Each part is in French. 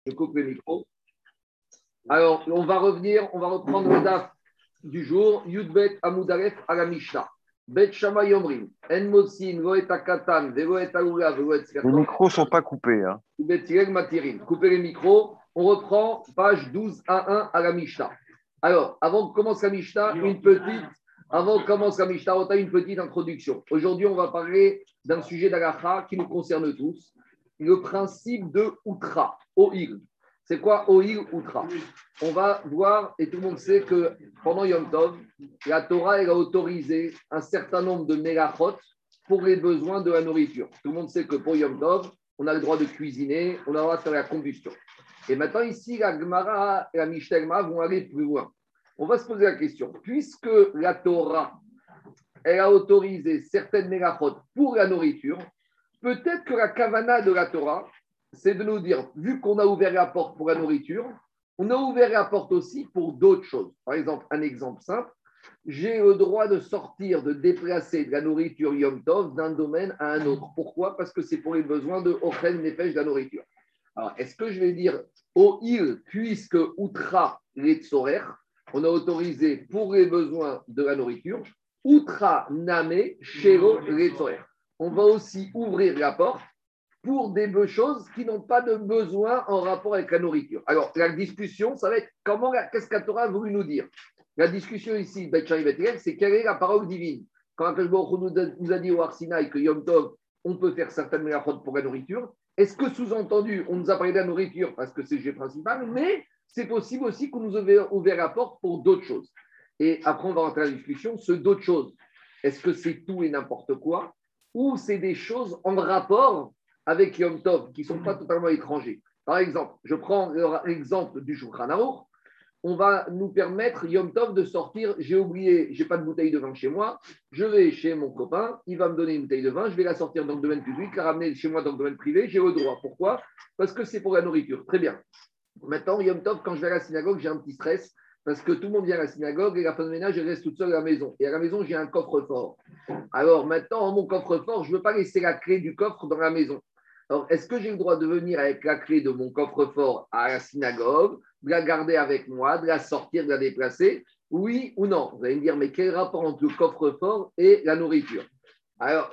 Je coupe le micro. Alors, on va reprendre le DAF du jour. Yudbet Amoudalef à la Mishnah. Bet Shama Yomrim. En Motsin, Voeta Katan, Vevoeta Oula, Vevoet Les micros ne sont pas coupés. Hein. Bet Tireg Matirin. Coupez les micros. On reprend page 12 à 1 à la Mishnah. Alors, avant de commencer la Mishnah, une petite introduction. Aujourd'hui, on va parler d'un sujet d'Alacha qui nous concerne tous, le principe de Outra, O'il. C'est quoi O'il, Outra? On va voir, et tout le monde sait que pendant Yom Tov, la Torah elle a autorisé un certain nombre de mélachot pour les besoins de la nourriture. Tout le monde sait que pour Yom Tov, on a le droit de cuisiner, on a le droit de faire la combustion. Et maintenant, ici, la Gemara et la Mishnah vont aller plus loin. On va se poser la question, puisque la Torah, elle a autorisé certaines mélachot pour la nourriture, peut-être que la kavana de la Torah, c'est de nous dire, vu qu'on a ouvert la porte pour la nourriture, on a ouvert la porte aussi pour d'autres choses. Par exemple, un exemple simple, j'ai le droit de sortir, de déplacer de la nourriture Yom Tov d'un domaine à un autre. Pourquoi? Parce que c'est pour les besoins de Ochel Nefesh de la nourriture. Alors, est-ce que je vais dire O'il, puisque Outra les Tzorer, on a autorisé pour les besoins de la nourriture, Outra Name Shelo les Tzorer. On va aussi ouvrir la porte pour des choses qui n'ont pas de besoin en rapport avec la nourriture. Alors, la discussion, ça va être qu'est-ce que la Torah a voulu nous dire? La discussion ici, Bet Shammai Bet Hillel, c'est quelle est la parole divine? Quand Akash Baruch Hu nous a dit au Har Sinaï que Yom Tov, on peut faire certaines mélachot pour la nourriture, est-ce que sous-entendu, on nous a parlé de la nourriture parce que c'est le sujet principal, mais c'est possible aussi qu'on nous ait ouvert la porte pour d'autres choses. Et après, on va rentrer dans la discussion, ce d'autres choses, est-ce que c'est tout et n'importe quoi ou c'est des choses en rapport avec Yom Tov qui ne sont pas totalement étrangers. Par exemple, je prends l'exemple du Shulchan Aruch. On va nous permettre, Yom Tov, de sortir. J'ai oublié, je n'ai pas de bouteille de vin chez moi. Je vais chez mon copain, il va me donner une bouteille de vin. Je vais la sortir dans le domaine public, la ramener chez moi dans le domaine privé. J'ai le droit. Pourquoi? Parce que c'est pour la nourriture. Très bien. Maintenant, Yom Tov, quand je vais à la synagogue, j'ai un petit stress parce que tout le monde vient à la synagogue et la femme de ménage, elle reste toute seule à la maison. Et à la maison, j'ai un coffre-fort. Alors maintenant, mon coffre-fort, je ne veux pas laisser la clé du coffre dans la maison. Alors, est-ce que j'ai le droit de venir avec la clé de mon coffre-fort à la synagogue, de la garder avec moi, de la sortir, de la déplacer? Oui ou non? Vous allez me dire, mais quel rapport entre le coffre-fort et la nourriture? Alors,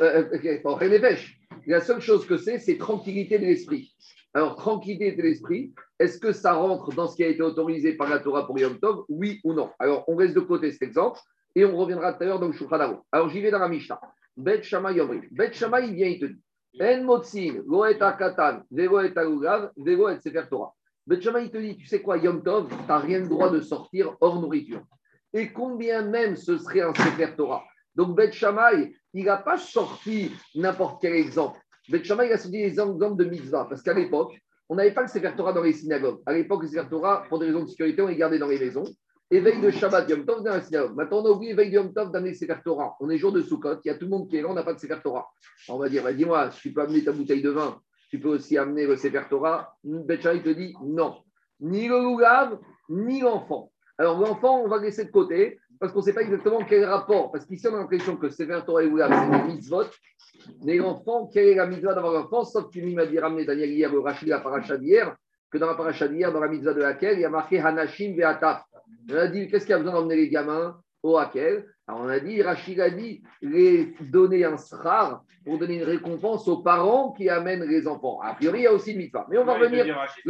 la seule chose que c'est tranquillité de l'esprit. Alors, tranquillité de l'esprit, est-ce que ça rentre dans ce qui a été autorisé par la Torah pour Yom Tov? Oui ou non? Alors, on laisse de côté cet exemple et on reviendra tout à l'heure dans le Shulchan Aruch. Alors, j'y vais dans la Mishnah. Bet Shammai Yomrim. Bet Shammai, il vient, il te dit. En Motsin, Loeta Katan, Vevoeta Ugav, Vevoet Sefer Torah. Bet Shammai, il te dit, tu sais quoi, Yom Tov, tu n'as rien le droit de sortir hors nourriture. Et combien même ce serait un Sefer Torah? Donc, Bet Shammai, il n'a pas sorti n'importe quel exemple. Bet Shammai, il a sorti des exemples de mitzvah. Parce qu'à l'époque, on n'avait pas le Sefer Torah dans les synagogues. À l'époque, le Sefer Torah, pour des raisons de sécurité, on les gardait dans les maisons. Et veille de Shabbat, Yom Tov, dans la synagogue. Maintenant, on a oublié veille de Yom Tov d'amener le Sefer Torah. On est jour de Sukkot, il y a tout le monde qui est là, on n'a pas de Sefer Torah. On va dire, bah, dis-moi, si tu peux amener ta bouteille de vin, tu peux aussi amener le Sefer Torah. Bet Shammai te dit non. Ni le loulav, ni l'enfant. Alors, l'enfant, on va le laisser de côté parce qu'on ne sait pas exactement quel rapport. Parce qu'ici, on a l'impression que Sefer Torah et loulav, c'est des mitzvot. Mais l'enfant, quelle est la mitzvah d'avoir l'enfant? Sauf qu'il m'a dit ramener Daniel hier, le Rachid, la paracha d'hier, que dans la paracha d'hier, dans la mitzvah de laquelle, il y a marqué Hanashim Ve'ataf. On a dit, qu'est-ce qu'il y a besoin d'emmener les gamins au Hakel? Alors on a dit, Rachid a dit, les donner un srar pour donner une récompense aux parents qui amènent les enfants. A priori, il y a aussi une mitzvah. Mais on va revenir.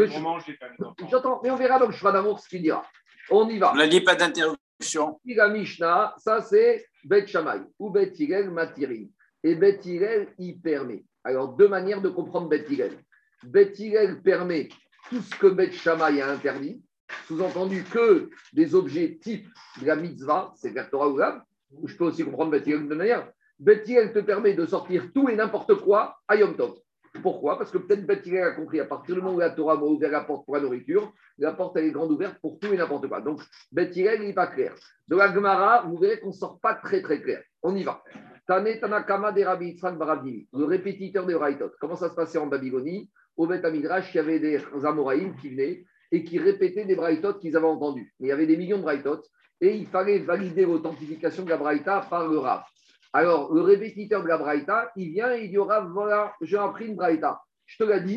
J'entends, mais on verra donc Shulchan Aruch ce qu'il dira. On y va. On n'a dit pas d'interruption. La Mishnah, ça c'est Bet Shammai ou Bet Hillel Matirin. Et Bet Hillel, il permet. Alors, deux manières de comprendre Bet Hillel. Bet Hillel permet tout ce que Bet Shammai a interdit, sous-entendu que des objets types de la mitzvah, c'est Sefer Torah ou Lav, ou je peux aussi comprendre Bet Hillel de manière. Bet Hillel te permet de sortir tout et n'importe quoi à Yom Tov. Pourquoi? Parce que peut-être Bet Hillel a compris, à partir du moment où la Torah m'a ouvert la porte pour la nourriture, la porte elle est grande ouverte pour tout et n'importe quoi. Donc, Bet Hillel n'est pas clair. De la Gemara, vous verrez qu'on ne sort pas très très clair. On y va. Tane Tanakama de Rabbi Yitzhak Baravdili, le répétiteur des Braïtot. Comment ça se passait en Babylonie? Au Beth Amidrash, il y avait des Amoraïm qui venaient et qui répétaient des Braïtot qu'ils avaient entendus. Mais il y avait des millions de Braïtot et il fallait valider l'authentification de la Braïta par le Rav. Alors, le répétiteur de la Braïta, il vient et il dit au Rav, voilà, j'ai appris une Braïta. Je te l'ai dit,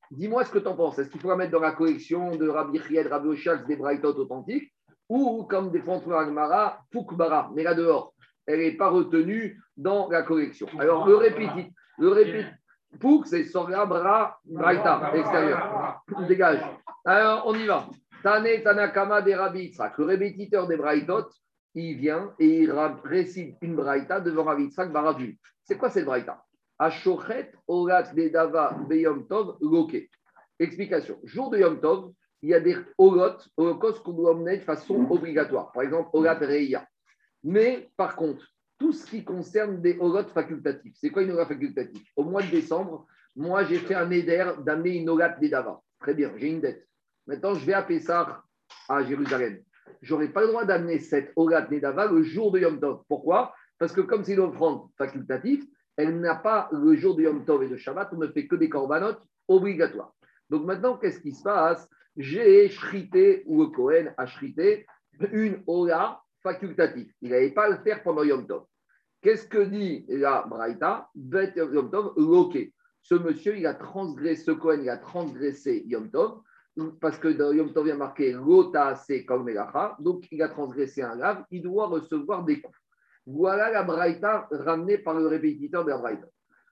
Dis-moi ce que tu en penses. Est-ce qu'il faut la mettre dans la collection de Rabbi Chied, Rabbi Oshak, des Braithot authentiques, ou comme des fonds de Agmara, Fukbara, mais là dehors, elle n'est pas retenue dans la collection. Alors, le répétit, Pouk, c'est Sorga, Bra, Braïta, extérieur. Dégage. Alors, on y va. Tane, Tanakama, des Rabbi Yitzhak. Le répétiteur des Braithot, il vient et il récite une Braïta devant Rabbi Yitzhak Baravim. C'est quoi cette Braïta? Ashochet, Orat, Dedava, Beyom Tov, Loke. Explication. Jour de Yom Tov, il y a des holocaustes qu'on doit emmener de façon obligatoire. Par exemple, Orat Reia. Mais par contre, tout ce qui concerne des holocaustes facultatifs, c'est quoi une holot facultative? Au mois de décembre, moi, j'ai fait un éder d'amener une holot Dedava. Très bien, j'ai une dette. Maintenant, je vais à Pessah, à Jérusalem. Je n'aurai pas le droit d'amener cette holot Dedava le jour de Yom Tov. Pourquoi? Parce que comme c'est une offrande facultative, elle n'a pas le jour de Yom Tov et de Shabbat, on ne fait que des korbanot obligatoires. Donc maintenant, qu'est-ce qui se passe? J'ai shrité, ou le Kohen a shrité, une hola facultative. Il n'allait pas le faire pendant Yom Tov. Qu'est-ce que dit la Braïta? Bet Yom Tov, loké. Ce monsieur, il a transgressé, ce Kohen, il a transgressé Yom Tov, parce que dans Yom Tov, il y a marqué Lota, c'est comme Melacha, donc il a transgressé un lave, il doit recevoir des coups. Voilà la Braïta ramenée par le répétiteur de la Braïta.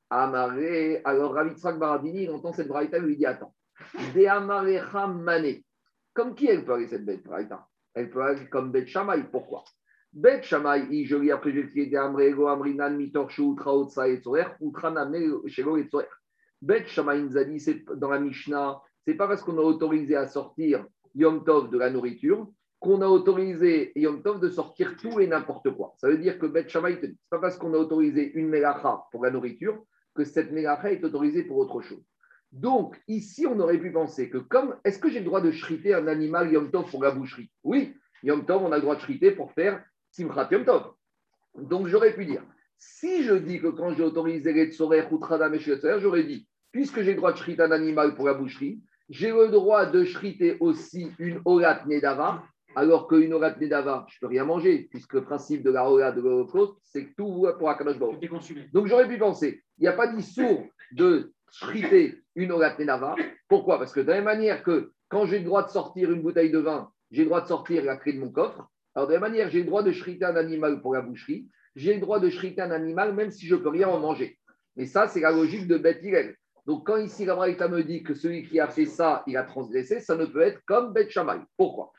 Amaré, alors Rav Yitzhak Baradini, il entend cette Braïta, il lui dit attends. De Amarecha Mané. Comme qui elle peut aller cette bête Braïta? Elle peut aller comme Bet Shammai. Pourquoi? Bet Shammai, je lis après, je vais dire Amrego, Amrinan, Mitorshu, Utra, Otsa, Etzorer, Utra, Namne, Shelo, Etzorer. Bet Shammai nous a dit, c'est dans la Mishnah, c'est pas parce qu'on a autorisé à sortir Yom Tov de la nourriture qu'on a autorisé Yom Tov de sortir tout et n'importe quoi. Ça veut dire que Bet Shammai te dit, c'est pas parce qu'on a autorisé une mélacha pour la nourriture que cette mélacha est autorisée pour autre chose. Donc, ici, on aurait pu penser que est-ce que j'ai le droit de shriter un animal Yom Tov pour la boucherie? Oui, Yom Tov, on a le droit de shriter pour faire Simchat Yom Tov. Donc, j'aurais pu dire, si je dis que quand j'ai autorisé les tzorer ou tradam et tzorer, j'aurais dit, puisque j'ai le droit de shriter un animal pour la boucherie, j'ai le droit de shriter aussi une olat nedava, alors qu'une olat nedava, je ne peux rien manger, puisque le principe de la olat de l'Holocauste, c'est que tout pour Akadosh Baruch. Donc, j'aurais pu penser, il n'y a pas d'issour de shriter une olat nedava. Pourquoi? Parce que de la même manière que quand j'ai le droit de sortir une bouteille de vin, j'ai le droit de sortir la clé de mon coffre. Alors de la même manière, j'ai le droit de shriter un animal pour la boucherie. J'ai le droit de shriter un animal même si je ne peux rien en manger. Mais ça, c'est la logique de Beth Hillel. Donc quand ici la Braïta me dit que celui qui a fait ça, il a transgressé, ça ne peut être comme Beth Shammai. Pourquoi?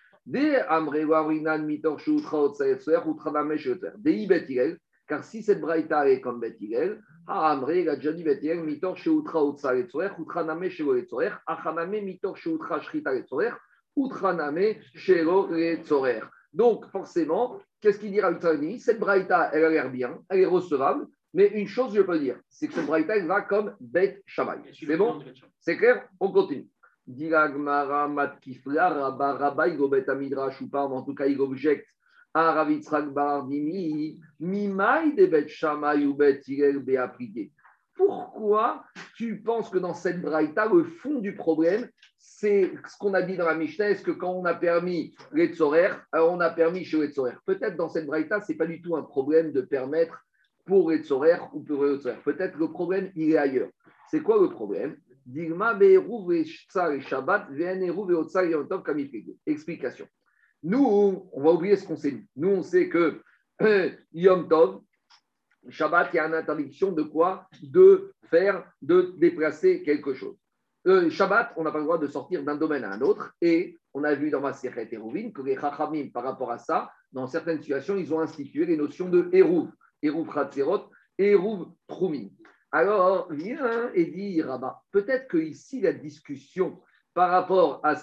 Car si cette Braïta est comme Beth Hillel, il a déjà dit Beth Hillel, mitor sheutra otsa letzorer, utraname shelo letzorer, achaname mitor sheutra shrita letzorer, utraname shelo letzorer. Donc, forcément, qu'est-ce qu'il dit Rav Tzadini? Cette Braïta, elle a l'air bien, elle est recevable, mais une chose, je peux dire, c'est que cette Braïta, elle va comme Beth Shammai. C'est bon? C'est clair? On continue. Diragmara matkifla, rabba, rabba, il gobet amidrash ou pas, en tout cas, il objecte à Rav Yitzhak Baradimi, Mimaï de Bet Shammai ou Bet Hillel béappliqué. Pourquoi tu penses que dans cette braïta, le fond du problème, c'est ce qu'on a dit dans la Mishnah? Est-ce que quand on a permis les tzorer, on a permis chez les tzorer? Peut-être dans cette braïta, ce n'est pas du tout un problème de permettre pour les tzorer ou pour les tzorer. Peut-être le problème, il est ailleurs. C'est quoi le problème? Digma be'eruv ve'shtzar et Shabbat ve'eneruv ve'otzar yom tov kamifege. Explication. Nous, on va oublier ce qu'on sait. Nous, on sait que Yom Tov, Shabbat, il y a une interdiction de quoi? De déplacer quelque chose. Shabbat, on n'a pas le droit de sortir d'un domaine à un autre. Et on a vu dans Masechet Eruvin que les Chachamim, par rapport à ça, dans certaines situations, ils ont institué les notions de Eruv, Eruv Chatzerot, Eruv Trumim. Alors, viens et dit Rabat, peut-être qu'ici, la discussion par rapport à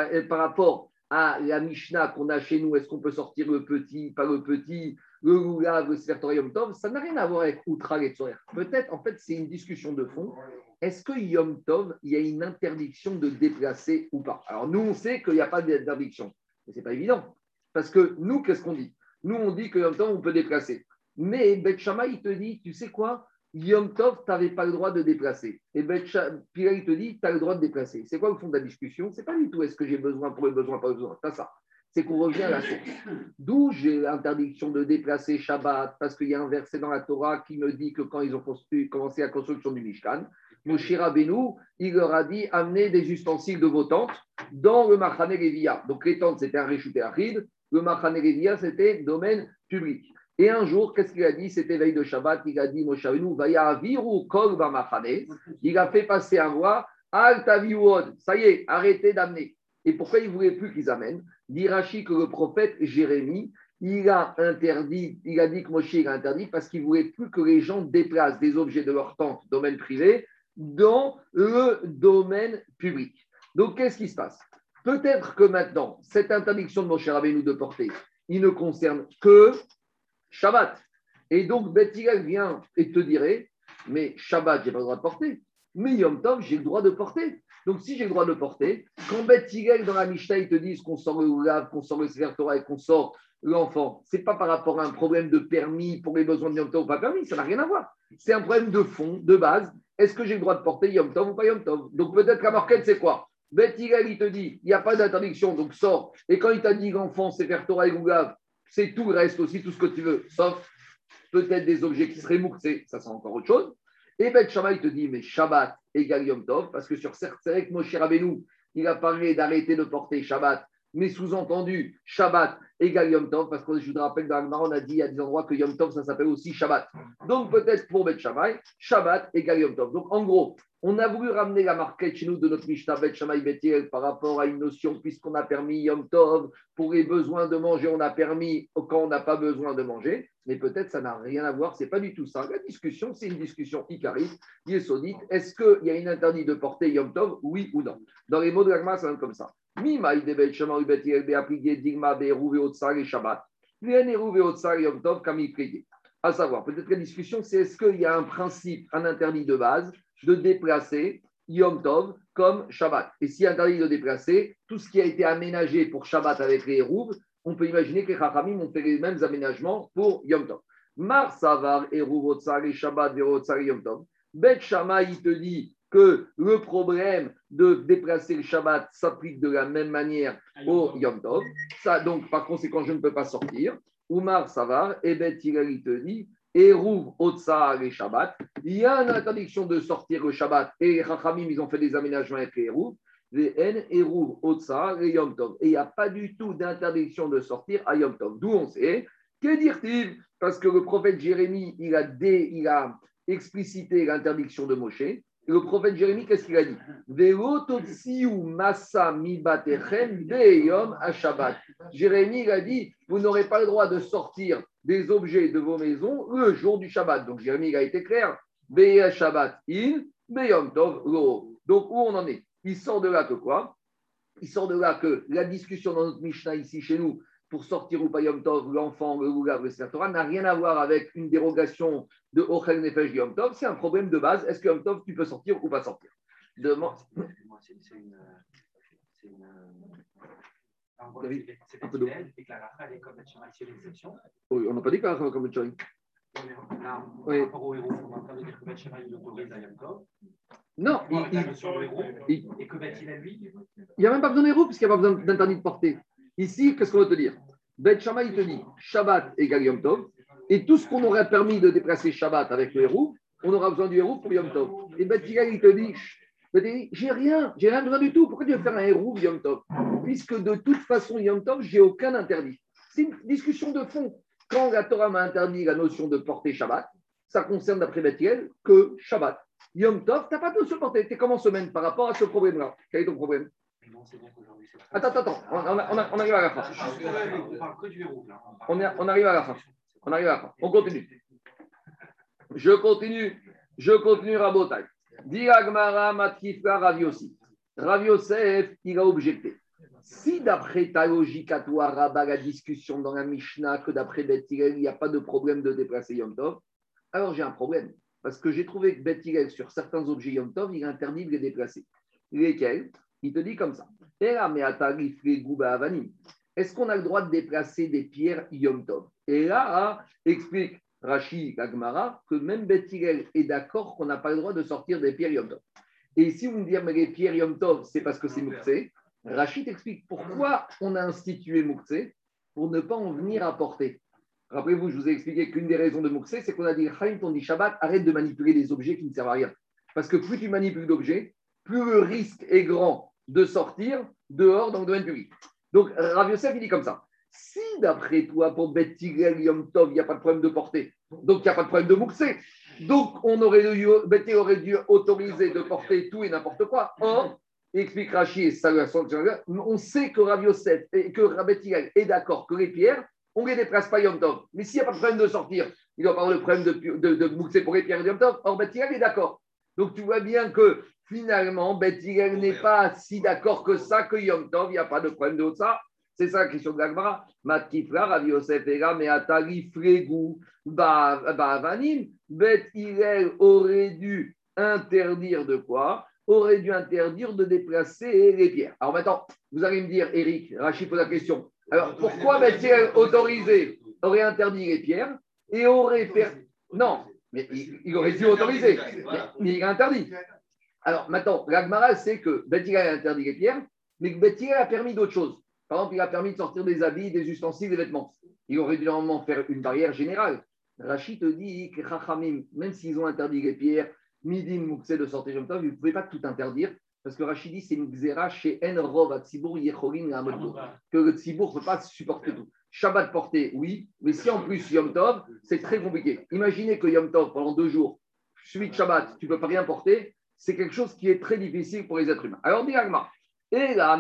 à la Mishnah qu'on a chez nous, est-ce qu'on peut sortir le petit, pas le petit, le loulav, le sefer Yom Tov, ça n'a rien à voir avec Outra et Tzorer. Peut-être, en fait, c'est une discussion de fond. Est-ce que Yom Tov, il y a une interdiction de déplacer ou pas? Alors, nous, on sait qu'il n'y a pas d'interdiction. Mais ce n'est pas évident. Parce que nous, qu'est-ce qu'on dit? Nous, on dit que Yom Tov, on peut déplacer. Mais Bet Shammai, il te dit, tu sais quoi? Yom Tov, tu n'avais pas le droit de déplacer. Et Pira, il te dit, tu as le droit de déplacer. C'est quoi le fond de la discussion? C'est pas du tout est-ce que j'ai besoin pour le besoin, pas le besoin. C'est ça. C'est qu'on revient à la source. D'où j'ai l'interdiction de déplacer Shabbat, parce qu'il y a un verset dans la Torah qui me dit que quand ils ont commencé la construction du Mishkan, Moshe Rabbeinu, il leur a dit amenez des ustensiles de vos tentes dans le Machane Levia. Donc les tentes, c'était un Réchouté Achid, le Machane Levia, c'était domaine public. Et un jour, qu'est-ce qu'il a dit? C'était veille de Shabbat, il a dit Moshe Rabbeinu, Vaya Viru Kol Bamachane. Il a fait passer un roi, Al Taviuod, ça y est, arrêtez d'amener. Et pourquoi il ne voulait plus qu'ils amènent? Dit Rashi que le prophète Jérémie, il a interdit, il a dit que Moshe il a interdit parce qu'il ne voulait plus que les gens déplacent des objets de leur tente, domaine privé, dans le domaine public. Donc, qu'est-ce qui se passe? Peut-être que maintenant, cette interdiction de Moshe Rabbeinu de porter, il ne concerne que Shabbat. Et donc, Beth Hillel vient et te dirait, mais Shabbat, je n'ai pas le droit de porter, mais Yom Tov, j'ai le droit de porter. Donc, si j'ai le droit de porter, quand Beth Hillel dans la Mishnah, ils te disent qu'on sort le Oulav, qu'on sort le Sefer Torah et qu'on sort l'enfant, ce n'est pas par rapport à un problème de permis pour les besoins de Yom Tov ou pas permis, ça n'a rien à voir. C'est un problème de fond, de base. Est-ce que j'ai le droit de porter Yom Tov ou pas Yom Tov? Donc, peut-être la marquette, c'est quoi? Beth Hillel, il te dit, il n'y a pas d'interdiction, donc sors. Et quand il t'a dit l'enfant, Sefer Torah et Oulav, c'est tout le reste aussi, tout ce que tu veux, sauf peut-être des objets qui seraient mouxés, ça c'est encore autre chose. Et Beth Shammai te dit, mais Shabbat égale Yom Tov, parce que sur certains, c'est vrai que Moshe Rabbeinu, il a parlé d'arrêter de porter Shabbat, mais sous-entendu, Shabbat égale Yom Tov, parce que je te rappelle, dans l'Agmara, on a dit à des endroits que Yom Tov, ça s'appelle aussi Shabbat. Donc peut-être pour Beth Shammai, Shabbat égale Yom Tov. Donc en gros, on a voulu ramener la marquette chez nous de notre Mishnah Beth Shammai Beth Hillel par rapport à une notion, puisqu'on a permis Yom Tov, pour les besoins de manger, on a permis quand on n'a pas besoin de manger. Mais peut-être ça n'a rien à voir, c'est pas du tout ça. La discussion, c'est une discussion icarite, yesodite. Est-ce qu'il y a une interdit de porter Yom Tov, oui ou non? Dans les mots de l'Agma, ça donne comme ça. Mimaï de Beth Shammai Beth Hillel be'appliqué digma be'eruv ve'otsar et Shabbat. Ve'eruv ve'otsar Yom Tov comme il prédit. À savoir, peut-être que la discussion, c'est est-ce qu'il y a un principe, un interdit de base de déplacer Yom Tov comme Shabbat. Et si interdit de déplacer, tout ce qui a été aménagé pour Shabbat avec les Hérouv, on peut imaginer que les Chachamim ont fait les mêmes aménagements pour Yom Tov. Mar Savar, Hérouv, Otsar, et Shabbat, Otsar, Yom Tov. Bet Shammai, il te dit que le problème de déplacer le Shabbat s'applique de la même manière au Yom Tov. Ça, donc, par conséquent, je ne peux pas sortir. Oumar Savar, et Bet Hillel, il te dit Hérouv, Otsar, et Shabbat. Il y a une interdiction de sortir le Shabbat et les Chachamim, ils ont fait des aménagements avec les Hérouv. Les N, Hérouv, Otsar, et Yom Tov. Et il n'y a pas du tout d'interdiction de sortir à Yom Tov. D'où on sait, que dire-t-il? Parce que le prophète Jérémie, il a explicité l'interdiction de Moshe. Et le prophète Jérémie, qu'est-ce qu'il a dit? Jérémie, il a dit, vous n'aurez pas le droit de sortir des objets de vos maisons le jour du Shabbat. Donc Jérémie, il a été clair. Shabbat in, Beyom Tov lo. Donc où on en est? Il sort de là que quoi? Il sort de là que la discussion dans notre Mishnah ici chez nous, pour sortir ou pas Yom Tov, l'enfant, le Lulav, le Sefer Torah, n'a rien à voir avec une dérogation de Ochel Nefesh Yom Tov. C'est un problème de base. Est-ce que Yom Tov, tu peux sortir ou pas sortir? C'est et que la Rafa, elle est comme c'est l'exception. Oui, on n'a pas dit que la Rafa est comme le Tchaï. Par rapport au héros, on est en train de dire que Beth il autorise à Yom Tov. Non, et que Beth lui. Il n'y a même pas besoin d'héros puisqu'il n'y a pas besoin d'interdit de porter. Ici, qu'est-ce qu'on va te dire? Beth Shammai, il te dit Shabbat égale Yom Tov. Et tout ce qu'on aurait permis de déplacer Shabbat avec le héros, on aura besoin du héros pour Yom Tov. Et Beth Hillel, il te dit j'ai rien besoin du tout. Pourquoi tu veux faire un héros Yom Tov? Puisque de toute façon, Yom Tov, j'ai aucun interdit. C'est une discussion de fond. Quand la Torah m'a interdit la notion de porter Shabbat, ça concerne d'après Beth Hillel que Shabbat. Yom Tov, tu n'as pas de notion de porter. Tu es comme en semaine par rapport à ce problème-là. Quel est ton problème? Attends, on arrive à la fin. On parle que du héros. On arrive à la fin. On continue. Je continue, Rabotai. Dit Agmara Matkifra Rav Yossi. Rav Yosef, il a objecté. Si d'après ta logique à toi, Rabat, la discussion dans la Mishnah, que d'après Beth Hillel, il n'y a pas de problème de déplacer Yom Tov, alors j'ai un problème. Parce que j'ai trouvé que Beth Hillel, sur certains objets Yom Tov, il est interdit de les déplacer. Lesquels? Il te dit comme ça. Est-ce qu'on a le droit de déplacer des pierres Yom Tov? Et là, explique Rashi Gagmara que même Beth Hillel est d'accord qu'on n'a pas le droit de sortir des pierres Yom Tov. Et si vous me dites, mais les pierres Yom Tov, c'est parce que c'est Mouktsé, Rashi t'explique pourquoi on a institué Mouktsé pour ne pas en venir à porter. Rappelez-vous, je vous ai expliqué qu'une des raisons de Mouktsé, c'est qu'on a dit, Chaim, on dit Shabbat, arrête de manipuler des objets qui ne servent à rien. Parce que plus tu manipules d'objets, plus le risque est grand de sortir dehors dans le domaine public. Donc, Rav Yosef, il dit comme ça. Si d'après toi, pour Bet Hillel Yom Tov, il n'y a pas de problème de portée, donc il n'y a pas de problème de mouxé, donc Bet Hillel aurait dû autoriser de porter tout et n'importe quoi. Or, explique Rashi, et ça, on sait que Rav Yosef et que Bet Hillel est d'accord que les pierres, on ne les déplace pas Yom Tov. Mais s'il n'y a pas de problème de sortir, il doit pas avoir le problème de mouxé pour les pierres de Yom Tov. Or, Bet Hillel est d'accord. Donc, tu vois bien que finalement, Bet Hillel n'est pas si d'accord que ça, que Yom Tov, il n'y a pas de problème de ça. C'est ça la question de l'Agmara. Matkifla, Rav Yosef Ega, mais Atari Frégou, Bavanim. Bet Hillel aurait dû interdire de quoi? Aurait dû interdire de déplacer les pierres. Alors maintenant, vous allez me dire, Eric, Rachid pose la question. Alors pourquoi Bet Hillel autorisé aurait interdit les pierres et aurait fait. Non, mais il aurait dû autoriser, mais il a interdit. Alors maintenant, l'Agmara, c'est que Bet Hillel a interdit les pierres, mais que Bet Hillel a permis d'autres choses. Par exemple, il a permis de sortir des habits, des ustensiles, des vêtements. Il aurait dû normalement faire une barrière générale. Rachid te dit que Chachamim, même s'ils ont interdit les pierres, Midin, Mouxé de sortir Yom Tov, vous ne pouvez pas tout interdire. Parce que Rachid dit c'est une xéra chez En Rov, à Tzibour, Yecholim et Amodbo. Que le Tzibour ne peut pas supporter tout. Shabbat porté, oui, mais si en plus Yom Tov, c'est très compliqué. Imaginez que Yom Tov, pendant 2 jours, suivi de Shabbat, tu ne peux pas rien porter. C'est quelque chose qui est très difficile pour les êtres humains. Alors, dit Agma. Et là,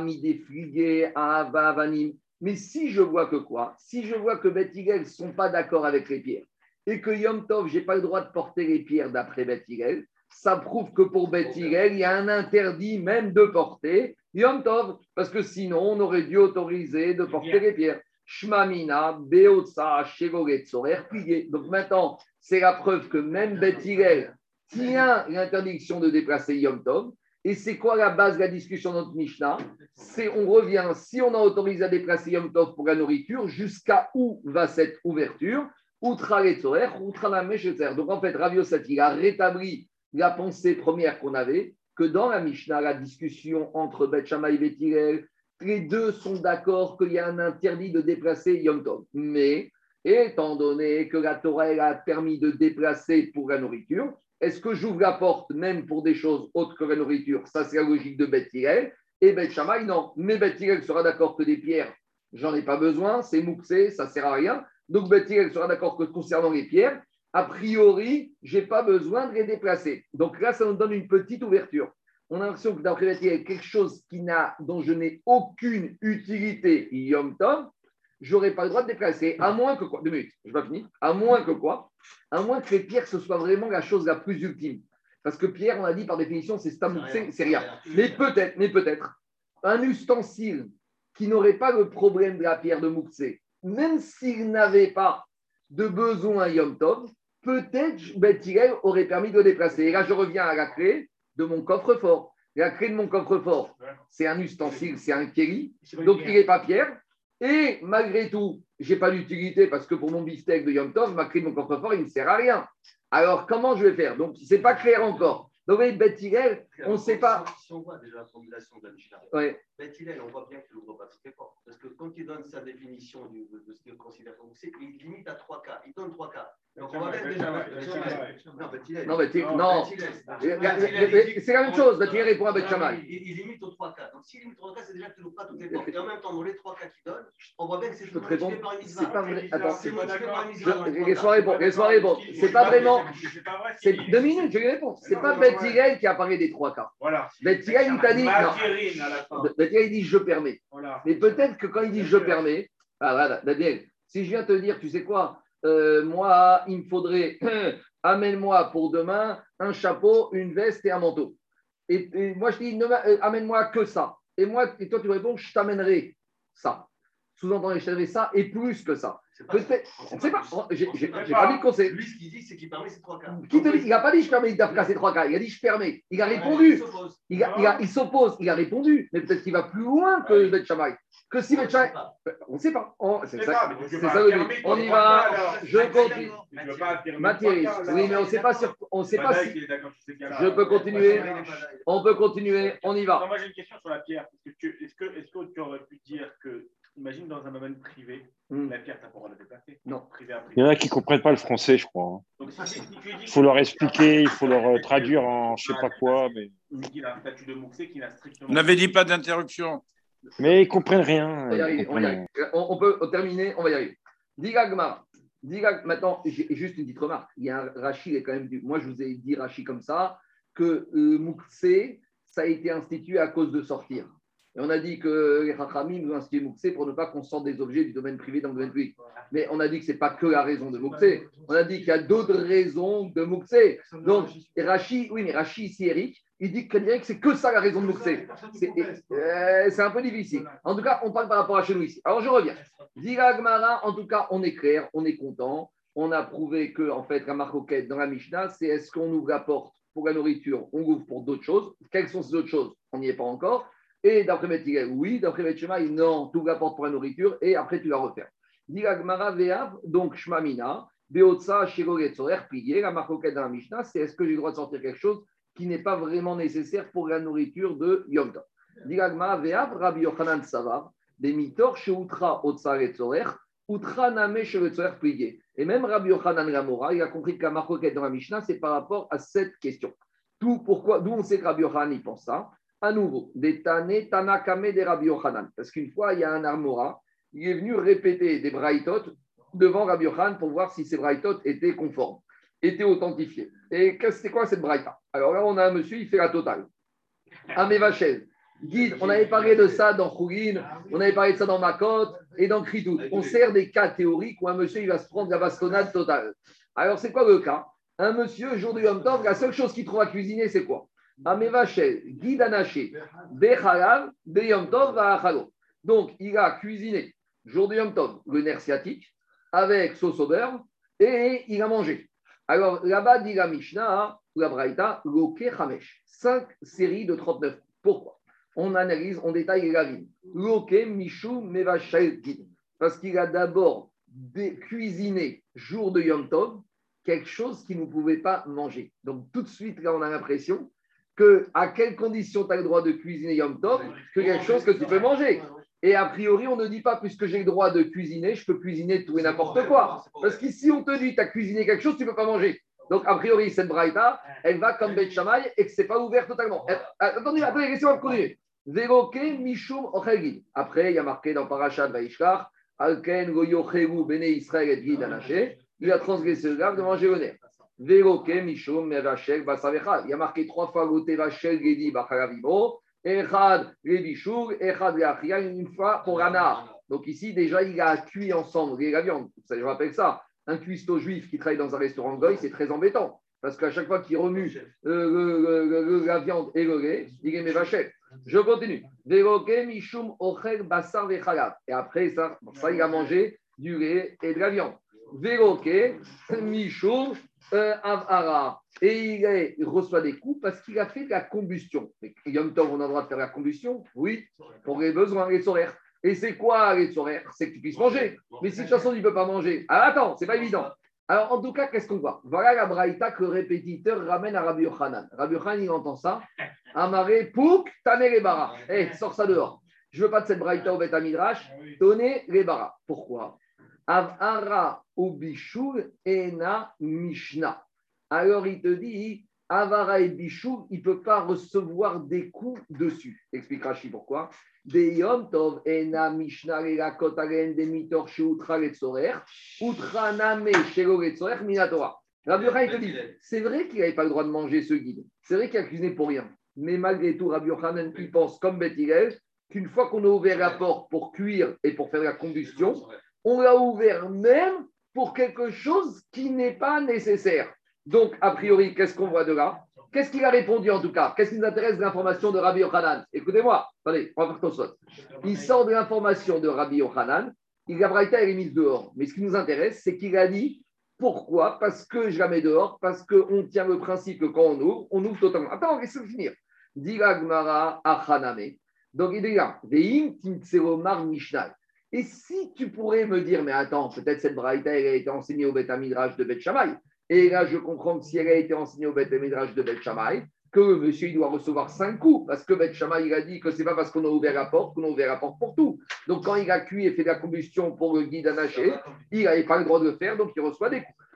mais si je vois que quoi? Si je vois que Bet Hillel ne sont pas d'accord avec les pierres et que Yom Tov, je n'ai pas le droit de porter les pierres d'après Bet Hillel, ça prouve que pour Bet Hillel, il y a un interdit même de porter Yom Tov, parce que sinon, on aurait dû autoriser de porter les pierres. Shmamina, Beotsa, Shevoret, Sorer, plié. Donc maintenant, c'est la preuve que même Bet Hillel tient l'interdiction de déplacer Yom Tov. Et c'est quoi la base de la discussion de notre Mishnah? C'est on revient, si on a autorisé à déplacer Yom Tov pour la nourriture, jusqu'à où va cette ouverture? Outra les Tzorer, outra la Mechetzer. Donc en fait, Rav Yosef, il a rétabli la pensée première qu'on avait, que dans la Mishnah, la discussion entre Bet Shammai et Bet Hillel, les deux sont d'accord qu'il y a un interdit de déplacer Yom Tov. Mais étant donné que la Torah elle a permis de déplacer pour la nourriture, est-ce que j'ouvre la porte même pour des choses autres que la nourriture? Ça, c'est la logique de Bet Hillel. Et Bet Shammai, non. Mais Bet Hillel sera d'accord que des pierres, j'en ai pas besoin, c'est mouxé, ça ne sert à rien. Donc Bet Hillel sera d'accord que concernant les pierres, a priori, je n'ai pas besoin de les déplacer. Donc là, ça nous donne une petite ouverture. On a l'impression que d'après Bet Hillel, quelque chose dont je n'ai aucune utilité, Yom Tov, je n'aurais pas le droit de déplacer, à moins que quoi? 2 minutes, je vais finir. À moins que quoi? À moins que les pierres, ce soit vraiment la chose la plus ultime. Parce que pierre, on a dit par définition, c'est stamouxé, c'est rien. Mais peut-être, un ustensile qui n'aurait pas le problème de la pierre de mouxé, même s'il n'avait pas de besoin Yom Tov, peut-être Bet Hillel aurait permis de le déplacer. Et là, je reviens à la clé de mon coffre-fort. La clé de mon coffre-fort, c'est un ustensile, c'est un kéli, donc il n'est pas pierre. Et malgré tout, je n'ai pas d'utilité parce que pour mon beefsteak de Yom Tov, ma clé de mon coffre-fort, il ne sert à rien. Alors, comment je vais faire? Donc, ce n'est pas clair encore. Donc, vous voyez, Bet Hillel, on ne sait pas. Si on voit déjà la formulation de la Mishnah, Ouais. Bet Hillel, on voit bien qu'il n'ouvre pas toutes les portes. Parce que quand il donne sa définition de ce qu'il considère comme c'est, il limite à 3 cas. Il donne 3 cas. Donc, on va déjà. Non, Bet Hillel. Non, Bet Hillel, non. C'est la même chose. Bet Hillel répond à Bet Shammai. Il limite aux 3 cas. Donc, s'il limite aux 3 cas, c'est déjà que tu n'ouvres pas toutes les portes. Et en même temps, dans les 3 cas qu'il donne, on voit bien que c'est Je peux te répondre. par une C'est pas vrai. Attends, c'est motivé par une mitzvah. Laisse-moi répondre. C'est pas vraiment. C'est 2 minutes, je lui réponds. C'est pas Bet Hillel qui a parlé des 3 cas. Voilà. Bet Hillel, il t'a dit. Bet Hillel, il dit je permets. Voilà. Mais peut-être que quand il dit je permets, voilà, Daniel, si je viens te dire, tu sais quoi, moi, il me faudrait, amène-moi pour demain un chapeau, une veste et un manteau. Et moi, je te dis, amène-moi que ça. Et toi, tu me réponds, je t'amènerai ça. Sous-entendu, je t'amènerai ça et plus que ça. Peut-être, on ne sait pas. J'ai pas dit le conseil. Lui, ce qu'il dit, c'est qu'il permet ces 3 cas. Il n'a pas dit je permets d'Africa ces 3 cas. Il a dit je permets. Il a répondu. Il s'oppose. Il a répondu. Mais peut-être qu'il va plus loin que Bet Shammai. Que si Bet Shammai. On ne sait pas. C'est ça le but. On y va. Je continue. Mathieu. Oui, mais on ne sait pas sur. On ne sait pas si. Je peux continuer. On peut continuer. On y va. Moi, j'ai une question sur la pierre. Est-ce que tu aurais pu dire que. Imagine dans un domaine privé, la pierre, tu n'as pas le droit de la déplacer. Non. Il y en a qui ne comprennent pas le français, je crois. Donc, si tu dis Il faut leur expliquer, il faut leur traduire en je sais pas quoi. Mais... Il a un statut de Mouxé qui n'a strictement. Vous n'avez dit pas d'interruption. Mais ils comprennent rien. On va y arriver, on va y arriver. On peut terminer, on va y arriver. Digagma. Maintenant, j'ai juste une petite remarque. Il y a un Rachi, est quand même moi je vous ai dit Rachi comme ça, que Mouxé, ça a été institué à cause de sortir. Et on a dit que les Chachamim nous ont institué Mouxé pour ne pas qu'on sorte des objets du domaine privé dans le domaine public. Mais on a dit que ce n'est pas que la raison de Mouxé. On a dit qu'il y a d'autres raisons de Mouxé. Donc, Rachi, oui, mais Rachi ici, Eric, il dit que c'est que ça la raison de Mouxé. C'est un peu difficile. En tout cas, on parle par rapport à chez nous ici. Alors, je reviens. Dira Gmara, en tout cas, on est clair, on est content. On a prouvé que, en fait, la marcoquette dans la Mishnah, c'est est-ce qu'on ouvre la porte pour la nourriture, on ouvre pour d'autres choses. Quelles sont ces autres choses? On n'y est pas encore. Et d'après Metigel, oui. D'après Metchemaï, non. Tu ouvres la porte pour la nourriture et après, tu la refermes. Dira Gmara Veav, donc Shmamina, Beotsa, Shiro, Getzorer, plié. La marcoquette dans la Mishnah, c'est est-ce que j'ai le droit de sortir quelque chose qui n'est pas vraiment nécessaire pour la nourriture de Yom Tov. Dira Gmara Veav, Rabbi Yochanan Savar, Demitor, Sheutra, Otsa, Getzorer, Utra, Name, Shiro, Getzorer, plié. Et même Rabbi Yochanan Gamora, il a compris que la marcoquette dans la Mishnah, c'est par rapport à cette question. D'où on sait que Rabbi Yochanan il pense ça. À nouveau, des Tane, Tanakame des Rabbi Yochanan. Parce qu'une fois, il y a un Armora, il est venu répéter des braïtot devant Rabbi Yochanan pour voir si ces braïtot étaient conformes, étaient authentifiés. Et c'était quoi cette braïta? Alors là, on a un monsieur, il fait la totale. Amevachel, guide, on avait parlé de ça dans Chougin, on avait parlé de ça dans Makot et dans Kritout. On sert des cas théoriques où un monsieur, il va se prendre la bastonnade totale. Alors, c'est quoi le cas? Un monsieur, jour du Yom Tov, la seule chose qu'il trouve à cuisiner, c'est quoi? Amevachel, guide anaché, Bechalav, Beyom Tov, Vaachalo. Donc, il a cuisiné, jour du Yom Tov, le nerf sciatique, avec sauce au beurre, et il a mangé. Alors, là-bas, dit la Mishnah, ou la Braïta, Loke Hamesh, 5 séries de 39. Pourquoi? On analyse, on détaille les ravines. Loke Mishou Mevachel Guide. Parce qu'il a d'abord cuisiné, jour de Yom Tov, quelque chose qu'il ne pouvait pas manger. Donc, tout de suite, là, on a l'impression à quelles conditions tu as le droit de cuisiner Yom Tov que quelque chose que tu peux manger. Et a priori, on ne dit pas, puisque j'ai le droit de cuisiner, je peux cuisiner tout et n'importe quoi. Parce qu'ici, on te dit, tu as cuisiné quelque chose, tu ne peux pas manger. Donc, a priori, cette braïta, elle va comme Beth Shammai et que ce n'est pas ouvert totalement. Attendez, laissez-moi continuer. Véroké, Mishum, Ochegid. Après, il y a marqué dans Parashat Vaishkar, Alken, Goyochegu, Bene Israël et Gid Anaché. Il a transgressé le grave de manger le nerf. Véroké, Mishum, Mevachel, Basavechal. Il y a marqué 3 fois Goté Vachel, Gedi, Bachalavimo. Echad, Lebichour, Echad, Leachia, une fois pour Rana. Donc ici, déjà, il a cuit ensemble la viande. Ça, je rappelle ça. Un cuistot juif qui travaille dans un restaurant Goy, c'est très embêtant. Parce qu'à chaque fois qu'il remue la viande et le lait, il est Mevachel. Je continue. Véroké, Mishum, Ochel, Basar, Vechalav. Et après, ça, il a mangé du lait et de la viande. Véroké, Mishum, Avara. Et il reçoit des coups parce qu'il a fait de la combustion. Yom Tov, on a le droit de faire la combustion? Oui, pour les besoins, les horaires. Et c'est quoi les horaires? C'est que tu puisses manger. Mais si de toute façon, tu ne peux pas manger. Alors attends, c'est pas évident. Alors en tout cas, qu'est-ce qu'on voit? Voilà la braïta que le répétiteur ramène à Rabbi Yochanan. Rabbi Yochanan, il entend ça. Amaré, Pouk, Tané les baras. Sors ça dehors. Je ne veux pas de cette braïta au Beth Midrash. Tonner les baras. Pourquoi? Avara ou Bishul ena Mishnah. Alors il te dit, Avara et Bishul, il ne peut pas recevoir des coups dessus. Explique Rashi pourquoi. Des Yom Tov ena Mishnah la kotaren de mitor sheutra letzorer, utra name shelo letzorer minatora. Rabbi Yochanan il te dit, c'est vrai qu'il n'avait pas le droit de manger ce guide. C'est vrai qu'il a cuisiné pour rien. Mais malgré tout, Rabbi Yochanan, il pense comme Beth Hillel qu'une fois qu'on a ouvert la porte pour cuire et pour faire la combustion, on l'a ouvert même pour quelque chose qui n'est pas nécessaire. Donc, a priori, qu'est-ce qu'on voit de là? Qu'est-ce qu'il a répondu en tout cas? Qu'est-ce qui nous intéresse de l'information de Rabbi Yochanan? Écoutez-moi, allez, on va faire ton saut. Il sort de l'information de Rabbi Yochanan, la braïta elle est mise dehors. Mais ce qui nous intéresse, c'est qu'il a dit pourquoi? Parce que je la mets dehors, parce qu'on tient le principe que quand on ouvre totalement. Attends, laisse-le finir. Dira Gmara Achaname. Donc, il dit là, Veim Timtseromar Mishnah. Et si tu pourrais me dire, mais attends, peut-être cette braïta, elle a été enseignée au Beth Midrash de Beth Shammai. Et là, je comprends que si elle a été enseignée au Beth Midrash de Beth Shammai, que le monsieur il doit recevoir 5 coups, parce que Beth Shammai il a dit que ce n'est pas parce qu'on a ouvert la porte qu'on a ouvert la porte pour tout. Donc, quand il a cuit et fait de la combustion pour le guide anaché, il n'avait pas le droit de le faire, donc il reçoit des coups.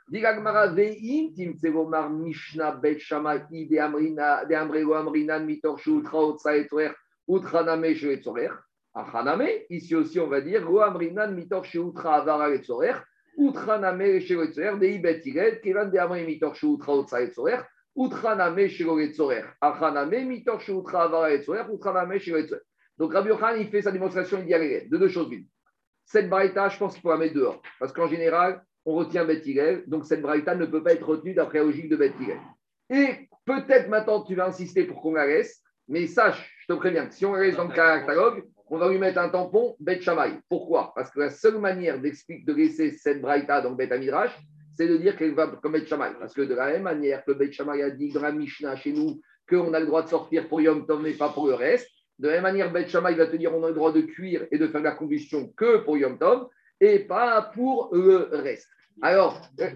Digagmara ve'im timtsegomar Mishnah bet Shammai de Amrina de Amrego Amrinan mitor shutra otsa etzorer utraname shu etzorer. Achaname, ici aussi on va dire go Amrinan mitor shutra avara etzorer utraname shu etzorer de ibet ired kevan de Amri mitor shutra otsa etzorer utraname shu etzorer. Achaname mitor shutra avara etzorer utraname shu etzorer. Donc Rabbi Yochanan il fait sa démonstration, il dit allez, de deux choses l'une. Cette braïta, je pense qu'il faut la mettre dehors. Parce qu'en général, on retient Beth Hillel, donc cette braïta ne peut pas être retenue d'après la logique de Beth Hillel. Et peut-être maintenant tu vas insister pour qu'on la laisse, mais sache, je te préviens, si on la laisse dans le catalogue, on va lui mettre un tampon Beth Shammai. Pourquoi ? Parce que la seule manière de laisser cette braïta dans le Beth Midrash, c'est de dire qu'elle va comme Beth Shammai. Parce que de la même manière que Beth Shammai a dit dans la Mishnah chez nous qu'on a le droit de sortir pour Yom Tov mais pas pour le reste, de la même manière, Beth Shammai va te dire qu'on a le droit de cuire et de faire de la combustion que pour Yom Tov et pas pour le reste. Alors, Là,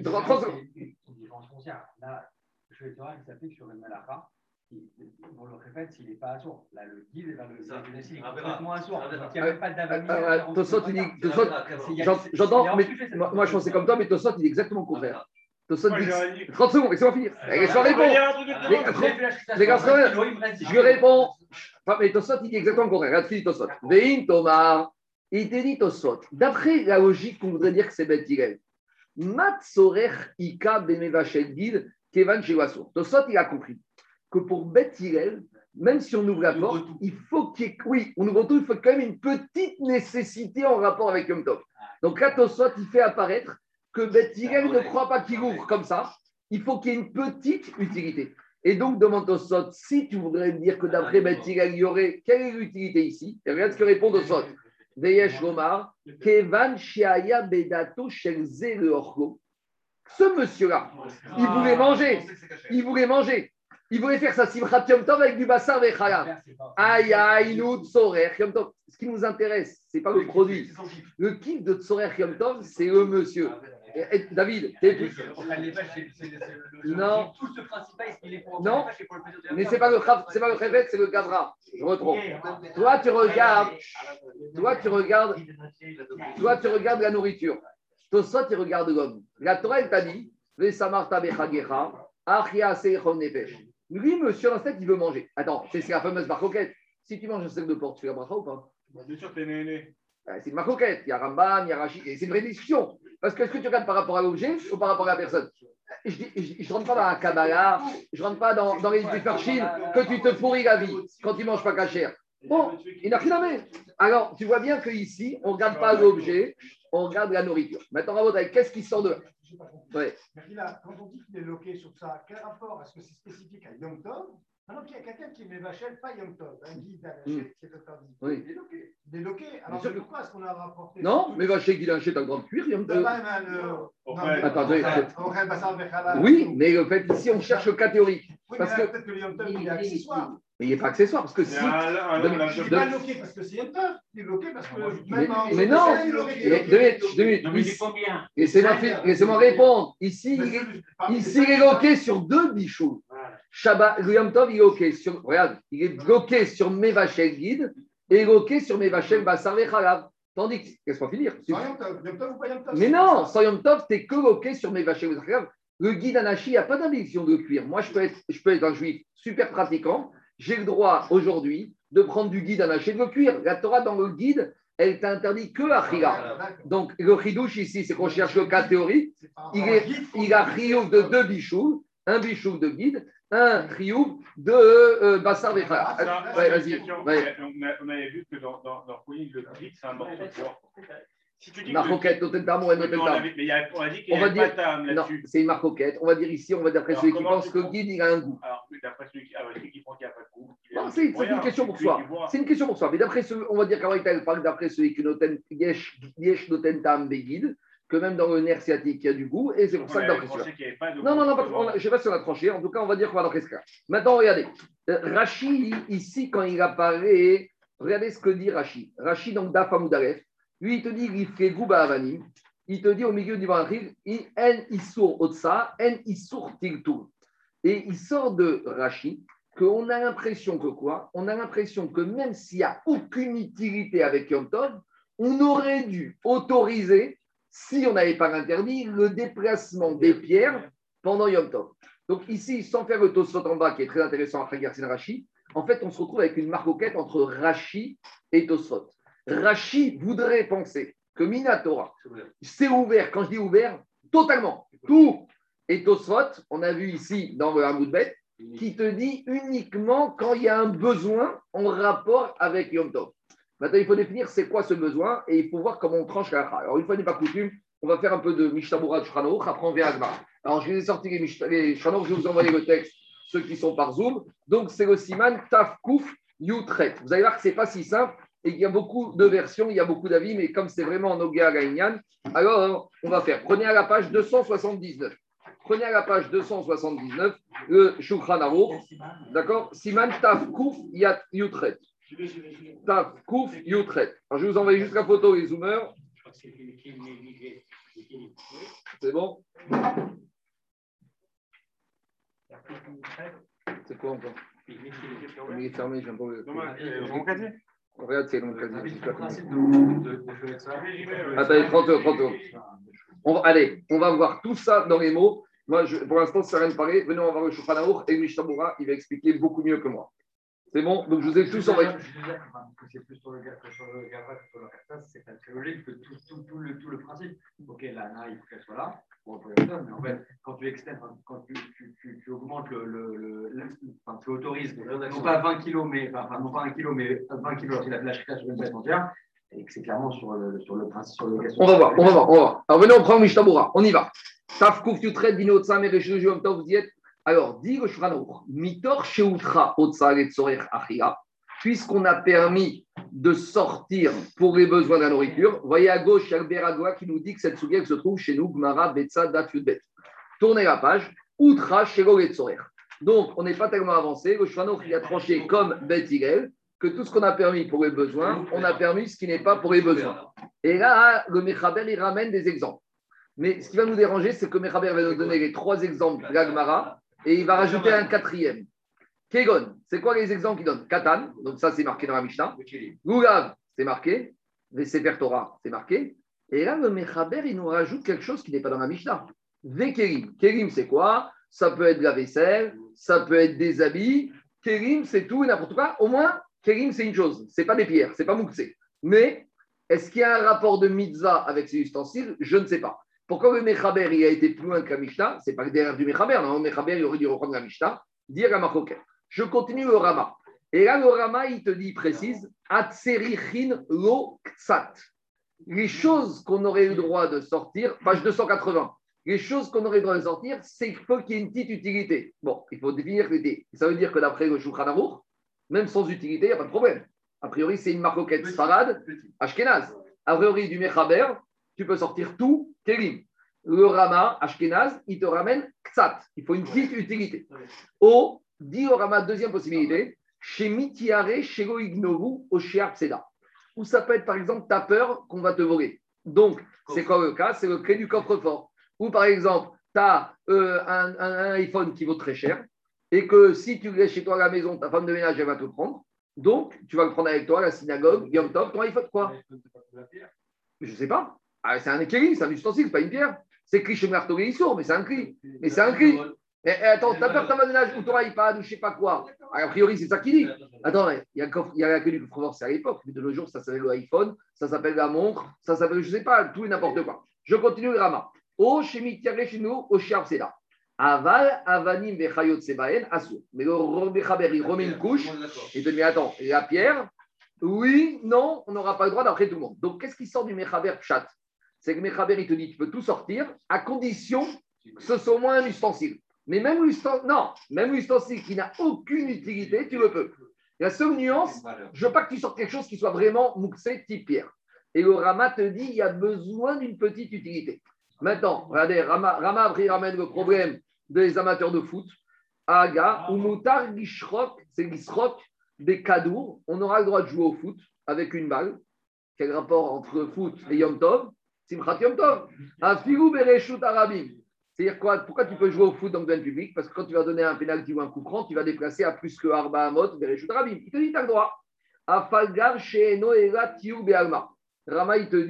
je vais te dire, il s'applique sur le Malacha. On le répète, s'il n'est pas assourd. Là, le guide va le laisser complètement assourd. Il n'y a même pas d'avamine. Tosot, il dit, j'entends, mais moi je pensais comme toi, mais Tosot, il dit exactement le contraire. Tosot dit 30 secondes, laissez-moi finir. Laissez-moi répondre. Les gars, je lui réponds. Mais Tosot, il dit exactement le contraire. Regarde, Tosot. Vein Tomar, il te dit Tosot. D'après la logique qu'on voudrait dire que c'est Beth Hillel, Mat Sorer Ika Bemevachel Guide, Kevan Shewasour. Tosot, il a compris que pour Beth Hillel, même si on ouvre la porte, il faut qu'il y ait, oui, on ouvre tout, il faut quand même une petite nécessité en rapport avec Yom Tov. Donc là, Tosot, il fait apparaître que Beth Hillel ne croit pas qu'il ouvre comme ça. Il faut qu'il y ait une petite utilité. Et donc, demande Tosot, si tu voudrais me dire que d'après Beth Hillel, il y aurait, quelle est l'utilité ici ? Et regarde ce que répond Tosot. Veyesh Lomar, Kevan Shiaya Bedato Shelze le Orgo. Ce monsieur-là, il voulait manger. Il voulait manger. Il voulait faire sa simchat Yom Tov avec du bassar vechalav. Aïe, aïe, nous, tzorer Yom Tov. Ce qui nous intéresse, ce n'est pas le produit. Le kiff de tzorer Yom Tov, c'est le monsieur. David, t'es plus. Non. Tout ce principe, est-ce qu'il est pour non, mais ce n'est pas le Khevet, c'est le Gavra. Je retrouve. Toi, tu regardes la nourriture. Tosot, tu regardes l'homme. La Torah, elle t'a dit, lui, monsieur, en fait, il veut manger. Attends, c'est la fameuse marcoquette. Si tu manges un steak de porc, tu fais la bracha ou pas ? Bien sûr, t'es né. C'est une marcoquette. Il y a Rambam, il y a Rachid. Et c'est une vraie discussion. Parce que est-ce que tu regardes par rapport à l'objet ou par rapport à la personne ? Je ne rentre pas dans la Kabbalah, je ne rentre pas dans les Farchim que tu te pourris la vie quand tu ne manges pas cachère. Bon, il n'a rien à mettre. Alors, tu vois bien qu'ici, on ne regarde pas l'objet, on regarde la nourriture. Maintenant, qu'est-ce qui sort de là ? Ouais. Quand on dit qu'il est loqué sur ça, quel rapport est-ce que c'est spécifique à Yom Tov ? Maintenant qu'il y a quelqu'un qui met Vachel, pas Yom Tov, un guide d'Anachet qui est interdit. Oui. Il est loqué. Alors pourquoi est-ce qu'on a rapporté non, mais Vachel, il a acheté un grand cuir. Attendez. Oui, mais le fait ici, on cherche le cas théorique. Oui, parce mais que peut-être que le Yom Tov, il est accessoire. Mais il n'est pas accessoire, parce que si. Il n'est pas loqué parce que c'est Yom Tov. Il est loqué parce que. Mais non, 2 minutes. Laissez-moi répondre. Ici, il est loqué sur 2 bichous. Shabbat, le Yom Tov, il est loqué sur. Regarde, il est bloqué sur Mevachel Guide et bloqué sur Mevachel Bassar Vechalav. Tandis que, laisse-moi finir. Sans Yom Tov, Yom Tov ou pas Yom Tov. Mais non, sans Yom Tov, tu es que bloqué sur Mevachel Bassar Vechalav. Le guide Anachi n'a pas d'interdiction de cuire. Moi, je peux être un juif super pratiquant. J'ai le droit aujourd'hui de prendre du guide Anachi et de le cuire. La Torah, dans le guide, elle t'interdit que Achila. Donc, le chidouche ici, c'est qu'on cherche le cas théorique. Il a chiyuv de 2 bichous, un bichou de guide, un chiyuv de Bassar Vechalav. Ouais, vas-y. Ouais. On avait vu que dans Kouïn, le guide, c'est un morceau de porc. Si tu dis marcoquette, Notentam ou Notentam. On a dit qu'il n'y avait pas de tam là-dessus. Non, c'est une marcoquette. On va dire ici, on va d'après celui qui pense que le guide, il a un goût. Alors, d'après celui qui pense qu'il n'y a pas de goût. Non, c'est une question pour soi. C'est une question pour soi. Mais d'après on va dire qu'Abraïta parle d'après celui qui Yesh Notentam Begid, que même dans le nerf sciatique, il y a du goût. Et c'est pour ça que d'après celui-là. Non, je ne sais pas si on a tranché. En tout cas, on va dire qu'on va dans ce cas. Maintenant, regardez. Rachi, ici, quand il apparaît, regardez ce que dit Rachi. Rachi, donc Dafamoudalef. Lui, il te dit, il te dit au milieu du Vanachil, en issour otsa, en issour tiltour. Et il sort de Rashi qu'on a l'impression que quoi ? On a l'impression que même s'il n'y a aucune utilité avec Yom Tov, on aurait dû autoriser si on n'avait pas interdit le déplacement des pierres pendant Yom Tov. Donc ici, sans faire le Tosfot en bas, qui est très intéressant après Gersin Rashi, en fait, on se retrouve avec une marcoquette entre Rashi et Tosfot. Rashi voudrait penser que Minatora, c'est ouvert. Quand je dis ouvert, totalement, tout. Et Tosfot, on a vu ici dans le Hamoud Bet, qui te dit uniquement quand il y a un besoin en rapport avec Yom Tov. Maintenant, il faut définir c'est quoi ce besoin et il faut voir comment on tranche la halakha. Alors, une fois n'est pas coutume, on va faire un peu de Mishtabura de Shulchan Aruch, après on verra Agmara. Alors, je vais sortir les Shulchan Aruch, je vais vous envoyer le texte, ceux qui sont par Zoom. Donc, c'est le Siman Taf Kouf Yutret. Vous allez voir que ce n'est pas si simple et qu'il y a beaucoup de versions, il y a beaucoup d'avis, mais comme c'est vraiment en Ogea Gaïnian, alors on va faire. Prenez à la page 279. Prenez à la page 279 le Shulchan Aruch, d'accord? Siman Taf Kouf Yutret. Taf Kouf Yutret. Alors, je vais vous envoyer juste la photo, les zoomers. C'est bon? C'est quoi encore? Il est fermé, j'ai un peu. Regarde, c'est long casier. Attendez, 30 euros. Allez, on va voir tout ça dans les mots. Moi, pour l'instant, ça ne sert à rien de parler. Venez, on va voir le Shulchan Aruch et le Mishtabura, il va expliquer beaucoup mieux que moi. C'est bon? Donc, je vous ai tous envoyé. C'est plus sur le Gavra que sur le Kaftas, c'est pas très logique que tout le principe. Ok, la Nara, il faut qu'elle soit là, mais en fait, quand tu extends, quand tu augmentes enfin, tu autorises, non pas 20 kg, mais, enfin, non pas 1 kg, mais 20 kg, si la chrita sur une tête entière, et que c'est clairement sur le principe, sur le question. On va voir. Alors, venez, on prend le Mishtabura, on y va. Taf Kouf Yutret, Dino Tsam, Ereshus, Yom Tov, Diet. Alors, dit le Shulchan Aruch, Mitor Sheutra Otsa Letzorer Achia, puisqu'on a permis de sortir pour les besoins de la nourriture. Vous voyez à gauche, il y a le Beragua qui nous dit que cette souga se trouve chez nous, Gmara Betsa Dat Yudbet. Tournez la page, Outra Shelo Letzorer. Donc, on n'est pas tellement avancé. Le Shulchan Aruch, il a tranché comme Bet Hillel, que tout ce qu'on a permis pour les besoins, on a permis ce qui n'est pas pour les besoins. Et là, le Mechaber, il ramène des exemples. Mais ce qui va nous déranger, c'est que le Mechaber va nous donner les 3 exemples de la Gemara. Et il va rajouter un 4e. Kegon, c'est quoi les exemples qu'il donne? Katan, donc ça c'est marqué dans la Mishnah. Lulav, c'est marqué. Vesefer Torah, c'est marqué. Et là, le Mechaber, il nous rajoute quelque chose qui n'est pas dans la Mishnah. Vekerim. Kerim, c'est quoi? Ça peut être de la vaisselle, ça peut être des habits. Kerim, c'est tout et n'importe quoi. Au moins, Kerim, c'est une chose. Ce n'est pas des pierres, ce n'est pas mouxé. Mais est-ce qu'il y a un rapport de mitzvah avec ces ustensiles? Je ne sais pas. Pourquoi le Mechaber il a été plus loin que la Mishnah? Ce n'est pas le derrière du Mechaber. Non, le Mechaber, il aurait dû reprendre la Mishnah, dire à Marcoquet. Je continue le Rama. Et là, le Rama, il te dit, il précise, Atserichin lo ktsat. Les choses qu'on aurait eu le droit de sortir, page 280, les choses qu'on aurait eu le droit de sortir, c'est qu'il faut qu'il y ait une petite utilité. Bon, il faut définir l'utilité. Ça veut dire que d'après le Shulchan Aruch, même sans utilité, il n'y a pas de problème. A priori, c'est une Marcoquet Sfarad, Ashkenaz. A priori, du Mechaber, tu peux sortir tout, Kélim. Le Rama, Ashkenaz, il te ramène Ktsat. Il faut une petite utilité. Ou, dit au Rama, deuxième possibilité, chez Mitiare, chez Goignovu, au Shear Pseda. Ou ça peut être, par exemple, ta peur qu'on va te voler. Donc, c'est quoi le cas? C'est le clé du coffre-fort. Ou, par exemple, tu as un iPhone qui vaut très cher et que si tu le laisses chez toi à la maison, ta femme de ménage, elle va te le prendre. Donc, tu vas le prendre avec toi à la synagogue, Yom Tov, ton iPhone, quoi? Je ne sais pas. Ah, c'est un clé, c'est un ustensile, c'est pas une pierre. C'est clé chez Marteau et mais c'est un clé. Mais c'est un clé. Et attends, t'as peur que ta femme de ménage ou ton iPad ou je ne sais pas quoi. A priori, c'est ça qu'il dit. Attends, il y a la clé du coffre-fort, c'est à l'époque. Mais de nos jours, ça s'appelle l'iPhone, ça s'appelle la montre, ça s'appelle, je ne sais pas, tout et n'importe quoi. Je continue le Rama. O Shemit Tiare chez nous, au Shiar Seda. Aval, Avanim, Vechayot Sebaen, Asou. Mais le Mechaber, il remet une couche. Il te dit, attends, la pierre, oui, non, on n'aura pas le droit d'après tout le monde. Donc, qu'est-ce qui sort du Mechaber Pshat? C'est que Mechaber, il te dit, tu peux tout sortir à condition que ce soit au moins un ustensile. Mais même l'ustensile qui n'a aucune utilité, tu le peux. La seule nuance, je ne veux pas que tu sortes quelque chose qui soit vraiment mouxé type pierre. Et le Rama te dit, il y a besoin d'une petite utilité. Maintenant, regardez, Rama après ramène le problème des amateurs de foot. Aga, ou Moutar Gishrok, c'est Gishrok, des cadours. On aura le droit de jouer au foot avec une balle. Quel rapport entre foot et Yom Tov? Simchat Yom Tov. Afilou Bereshut Arabim. C'est-à-dire quoi? Pourquoi tu peux jouer au foot dans le domaine public? Parce que quand tu vas donner un pénalty ou un coup franc, tu vas déplacer à plus que Arba Amot, Bereshut Arabim. Il te dit, tu as le droit. Afalgar Sheeno Ela Tiou Bealma. Rama, il te dit,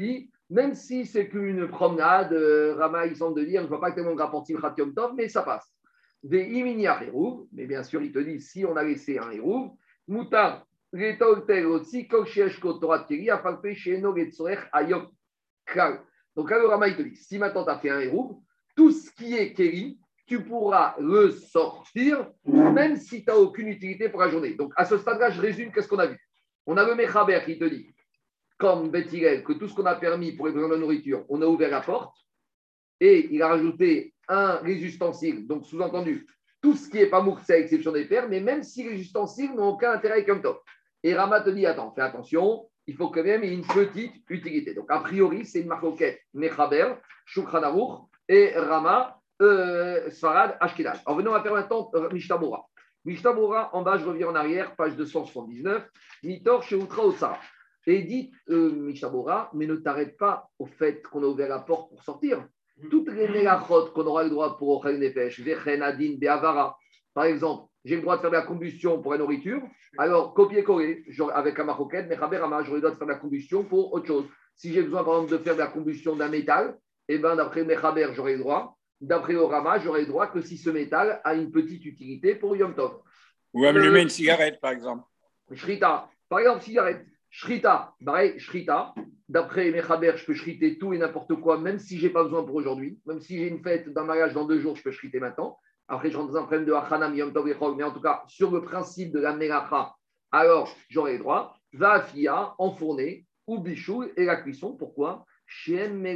Même si c'est qu'une promenade, Rama, il semble de dire, je ne vois pas tellement de rapport Simchat Yom Tov, mais ça passe. Des Iminiar Hérouv, mais bien sûr, il te dit, si on a laissé un Hérouv, Moutar, Retol Tel aussi, Kol Sheesh Kotorat Keri, Afalpe Sheeno Getsorech Ayok Kral. Donc là, le Rama, il te dit, si maintenant tu as fait un Hérouv, tout ce qui est Keri, tu pourras le sortir, même si tu n'as aucune utilité pour la journée. Donc à ce stade-là, je résume qu'est-ce qu'on a vu. On a le Mechaber qui te dit, comme Beth Hillel, que tout ce qu'on a permis pour les besoins de la nourriture, on a ouvert la porte et il a rajouté les ustensiles. Donc, sous-entendu, tout ce qui n'est pas mouk, c'est à l'exception des pères, mais même si les ustensiles n'ont aucun intérêt avec Yom Tov. Et Rama te dit, attends, fais attention, il faut quand même une petite utilité. Donc, a priori, c'est une marcoquette Mechaber, Shulchan Aruch et Rama, Sfarad, Ashkenaz. Alors, venons à faire maintenant Mishnah Bora. Mishnah Bora, en bas, je reviens en arrière, page 279, Mitor Sheutra Otsara. Et dit Mishnah Bora, mais ne t'arrête pas au fait qu'on a ouvert la porte pour sortir. Toutes les mélachot qu'on aura le droit pour Ochel Nefesh, Vechen Adin, Be'avara, par exemple, j'ai le droit de faire de la combustion pour la nourriture, alors copier-coller, avec un maroquette, mais Raberama, j'aurai le droit de faire de la combustion pour autre chose. Si j'ai besoin, par exemple, de faire de la combustion d'un métal, eh ben, d'après Mechaber, j'aurai le droit. D'après Orama, j'aurai le droit que si ce métal a une petite utilité pour Yom Tov. Ou allumer une cigarette, par exemple. Shrita, par exemple, cigarette. Shrita, pareil, Shrita. D'après Mechaber, je peux shriter tout et n'importe quoi, même si je n'ai pas besoin pour aujourd'hui. Même si j'ai une fête d'un mariage dans 2 jours, je peux shriter maintenant. Après, je rentre dans un problème de Hachanam, Yom Tov et Chol, mais en tout cas, sur le principe de la Melacha, alors j'aurai le droit. Va'afia, enfourner, ou bichou et la cuisson. Pourquoi? C'est des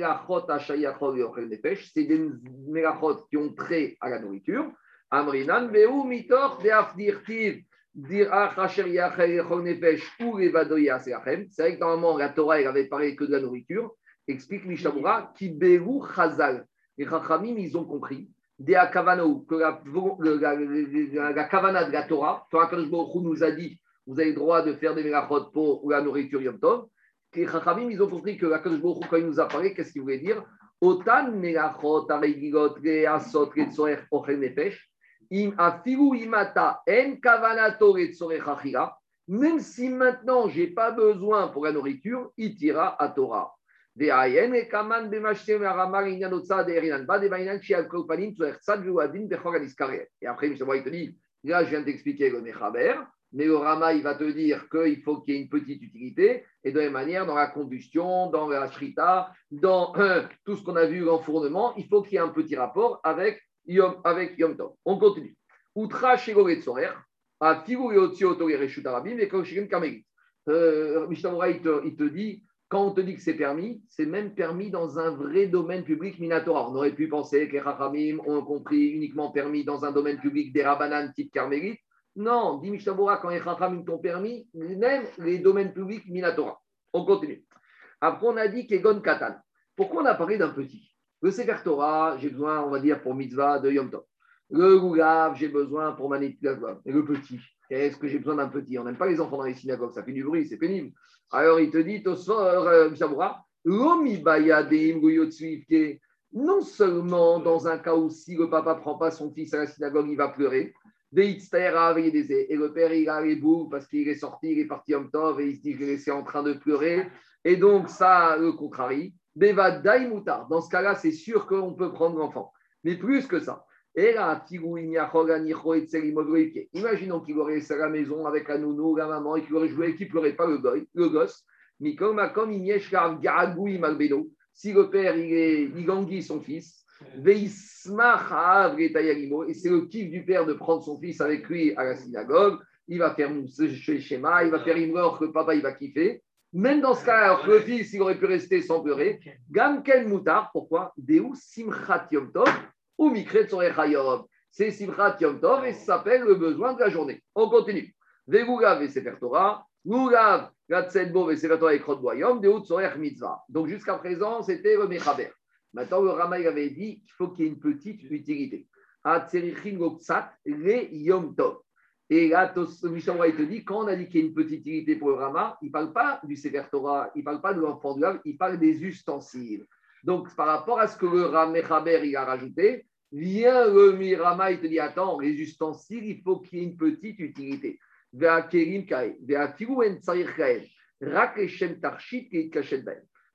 melachot qui ont trait à la nourriture. Amrinan, Veu, Mitor, Veafdirtiv. C'est vrai que normalement, la Torah, elle avait parlé que de la nourriture. Explique Mishabura, qui Beru Chazal. Les Chachamim, ils ont compris. Que la kavana de la Torah, Torah Kadosh Baruch Hu nous a dit, vous avez le droit de faire des melachot pour la nourriture Yom Tov. Les Chachamim, ils ont compris que la Kadosh Baruch Hu, quand il nous a parlé, qu'est-ce qu'il voulait dire? Otan melachot, aregilot, reasot, retzoech, ochel nefesh. Même si maintenant je n'ai pas besoin pour la nourriture, il tira à Torah. Et après, justement, il te dit, là, je viens d'expliquer le Mechaber, mais le Rama, il va te dire qu'il faut qu'il y ait une petite utilité, et de la même manière, dans la combustion, dans la shrita, dans tout ce qu'on a vu, l'enfournement, il faut qu'il y ait un petit rapport avec Yom Tov. On continue. Outra Shegoret Sorer, à Figure Otio Tolere Shutarabim et Koshim Kamerit. Mishnah, il te dit, quand on te dit que c'est permis, c'est même permis dans un vrai domaine public minatora. On aurait pu penser que les Chachamim ont compris uniquement permis dans un domaine public des Rabbanan type Carmélite. Non, dit Mishnah Bora, quand les Chachamim t'ont permis, même les domaines publics minatora. On continue. Après, on a dit Kegon Katan. Pourquoi on a parlé d'un petit? Le Sefer Torah, j'ai besoin, on va dire, pour mitzvah de Yom Tov. Le Goulav, j'ai besoin pour manipulation. Et le petit, est-ce que j'ai besoin d'un petit? On n'aime pas les enfants dans les synagogues, ça fait du bruit, c'est pénible. Alors il te dit, non seulement dans un cas où si le papa ne prend pas son fils à la synagogue, il va pleurer. Et le père, il a les boules parce qu'il est sorti, il est parti en tov et il se dit, je l'ai laissé en train de pleurer. Et donc ça le contrarie. Dans ce cas-là, c'est sûr qu'on peut prendre l'enfant. Mais plus que ça. Et là, imaginons qu'il aurait laissé à la maison avec la nounou, la maman, et qu'il aurait joué et qu'il ne pleurait pas le gosse. Si le père, il languit son fils, et c'est le kiff du père de prendre son fils avec lui à la synagogue, il va faire ce schéma, il va faire une heure que papa il va kiffer. Même dans ce cas, alors que le fils, il aurait pu rester sans pleurer. Gamken Moutar, pourquoi? Deu Simchat Yom Tov ou Mikret Sorechayov. C'est Simchat Yom Tov et ça s'appelle le besoin de la journée. On continue. Vegugav et Sefer Torah, Gugav, Gatsetbo et Sefer Torah et Krot Boyom, Deut Sorech Mitzvah. Donc jusqu'à présent, c'était le Mechaber. Maintenant, le Rama avait dit qu'il faut qu'il y ait une petite utilité. Atzerichin Gopsat, le Yom Tov. Et là, Mishnah il te dit, quand on a dit qu'il y a une petite utilité pour le Rama, il ne parle pas du Sefer Torah, il ne parle pas de l'enfant du Rav, il parle des ustensiles. Donc, par rapport à ce que le Mechaber il a rajouté, vient le Rama, il te dit, attends, les ustensiles, il faut qu'il y ait une petite utilité.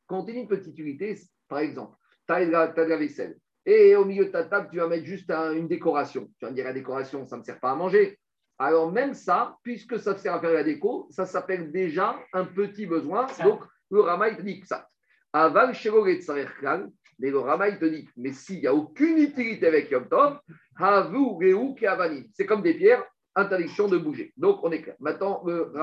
Quand tu as une petite unité, par exemple, tu as de la vaisselle, et au milieu de ta table, tu vas mettre juste une décoration. Tu vas me dire, la décoration, ça ne me sert pas à manger. Alors même ça, puisque ça sert à faire la déco, ça s'appelle déjà un petit besoin. Donc, le Rama, il te dit que ça. Aval shelo letzarech klal, mais le Rama, il te dit, mais s'il n'y a aucune utilité avec Yom Tov, havu reu keavanim. C'est comme des pierres, interdiction de bouger. Donc, on est clair. Maintenant,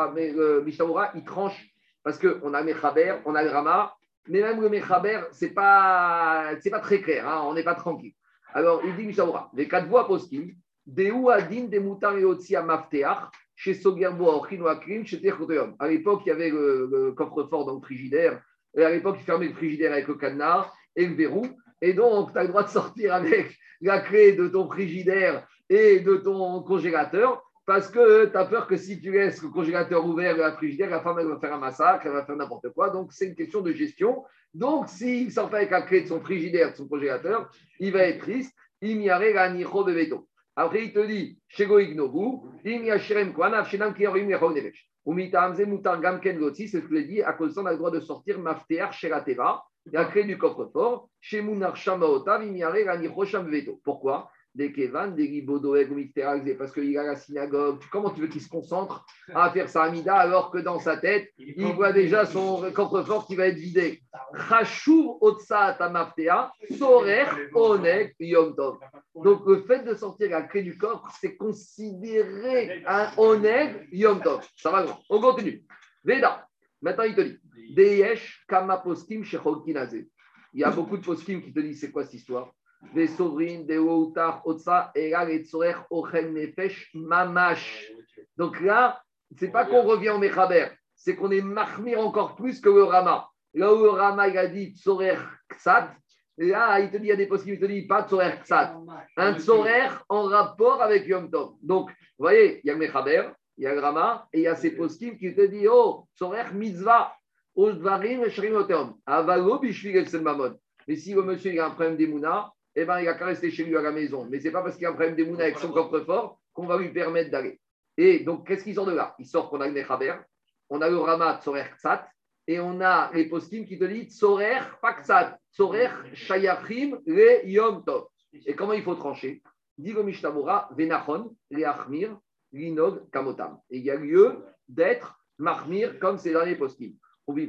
le Mishnah, il tranche, parce qu'on a le Mechaber, on a le Rama, mais même le Mechaber, c'est pas très clair, hein, on n'est pas tranquille. Alors, il dit Mishnah, les 4 voies poskim, Deu adin de mutar yotzi amafteach, chez Sogerbo Orchino Akrim, chez Terkotoyom. À l'époque, il y avait le coffre-fort dans le frigidaire. Et à l'époque, tu fermais le frigidaire avec le cadenas et le verrou. Et donc, tu as le droit de sortir avec la clé de ton frigidaire et de ton congélateur. Parce que tu as peur que si tu laisses le congélateur ouvert et la frigidaire, la femme elle va faire un massacre, elle va faire n'importe quoi. Donc, c'est une question de gestion. Donc, s'il ne sort pas avec la clé de son frigidaire, de son congélateur, il va être triste. Il m'y arrive à Nicho de Beto. Après, il te dit, Shego Ignobu, Im Yasherem Kwanaf, Shenam Kiorim Yachon Nevesh. Umitamze Mutar Gamken Gotsi, c'est ce que je l'ai dit, à cause de ça, on a le droit de sortir Maftear Sherateva, la clé du coffre-fort, chez Munar Shamaotav, Im Yare Rani Rosham Veto. Pourquoi? Des Kevan, des Ribodoeg ou Mifterazé, parce qu'il a la synagogue. Comment tu veux qu'il se concentre à faire sa Amida alors que dans sa tête, il voit déjà son coffre-fort qui va être vidé? Chashuv Otsa Tamaftea, Sorer Onek Yom Tov. Donc le fait de sortir la clé du coffre, c'est considéré un Onek Yom Tov. Ça va grand. On continue. Veda. Maintenant, il te dit Deyesh Kama Poskim Shechol Kinaze. Il y a beaucoup de poskim qui te disent c'est quoi cette histoire? Des sovrines, des outar, otsa, et là, les tsorer, ochel nefesh, mamash. Donc là, c'est pas qu'on revient au Mechaber, c'est qu'on est mahmir encore plus que le Rama. Là où le Rama, il a dit tsorer ksat, et là, il te dit, il y a des poskim, il te dit pas tsorer ksat. Un tsorer en rapport avec Yom Tov. Donc, vous voyez, il y a le Mechaber, il y a le Rama, et il y a ces poskim qui te disent, oh, tsorer mitzvah, osdvarim, shrim oteom, avalo bishvil el mamon. Mais si le monsieur il a un problème d'Emouna, eh ben, il a qu'à rester chez lui à la maison. Mais ce n'est pas parce qu'il y a un problème d'Emouna avec son coffre-fort qu'on va lui permettre d'aller. Et donc, qu'est-ce qu'il sort de là? Il sort qu'on a le Mechaber, on a le Rama Tsorer Ksat, et on a les postim qui te disent Tsorer Paksat, Tsorer Shayachim Le Yom Tov. Et comment il faut trancher? Dit le Mishnah Venachon, Leachmir, Linog, Kamotam. Et il y a lieu d'être Mahmir comme ces derniers postim. Et il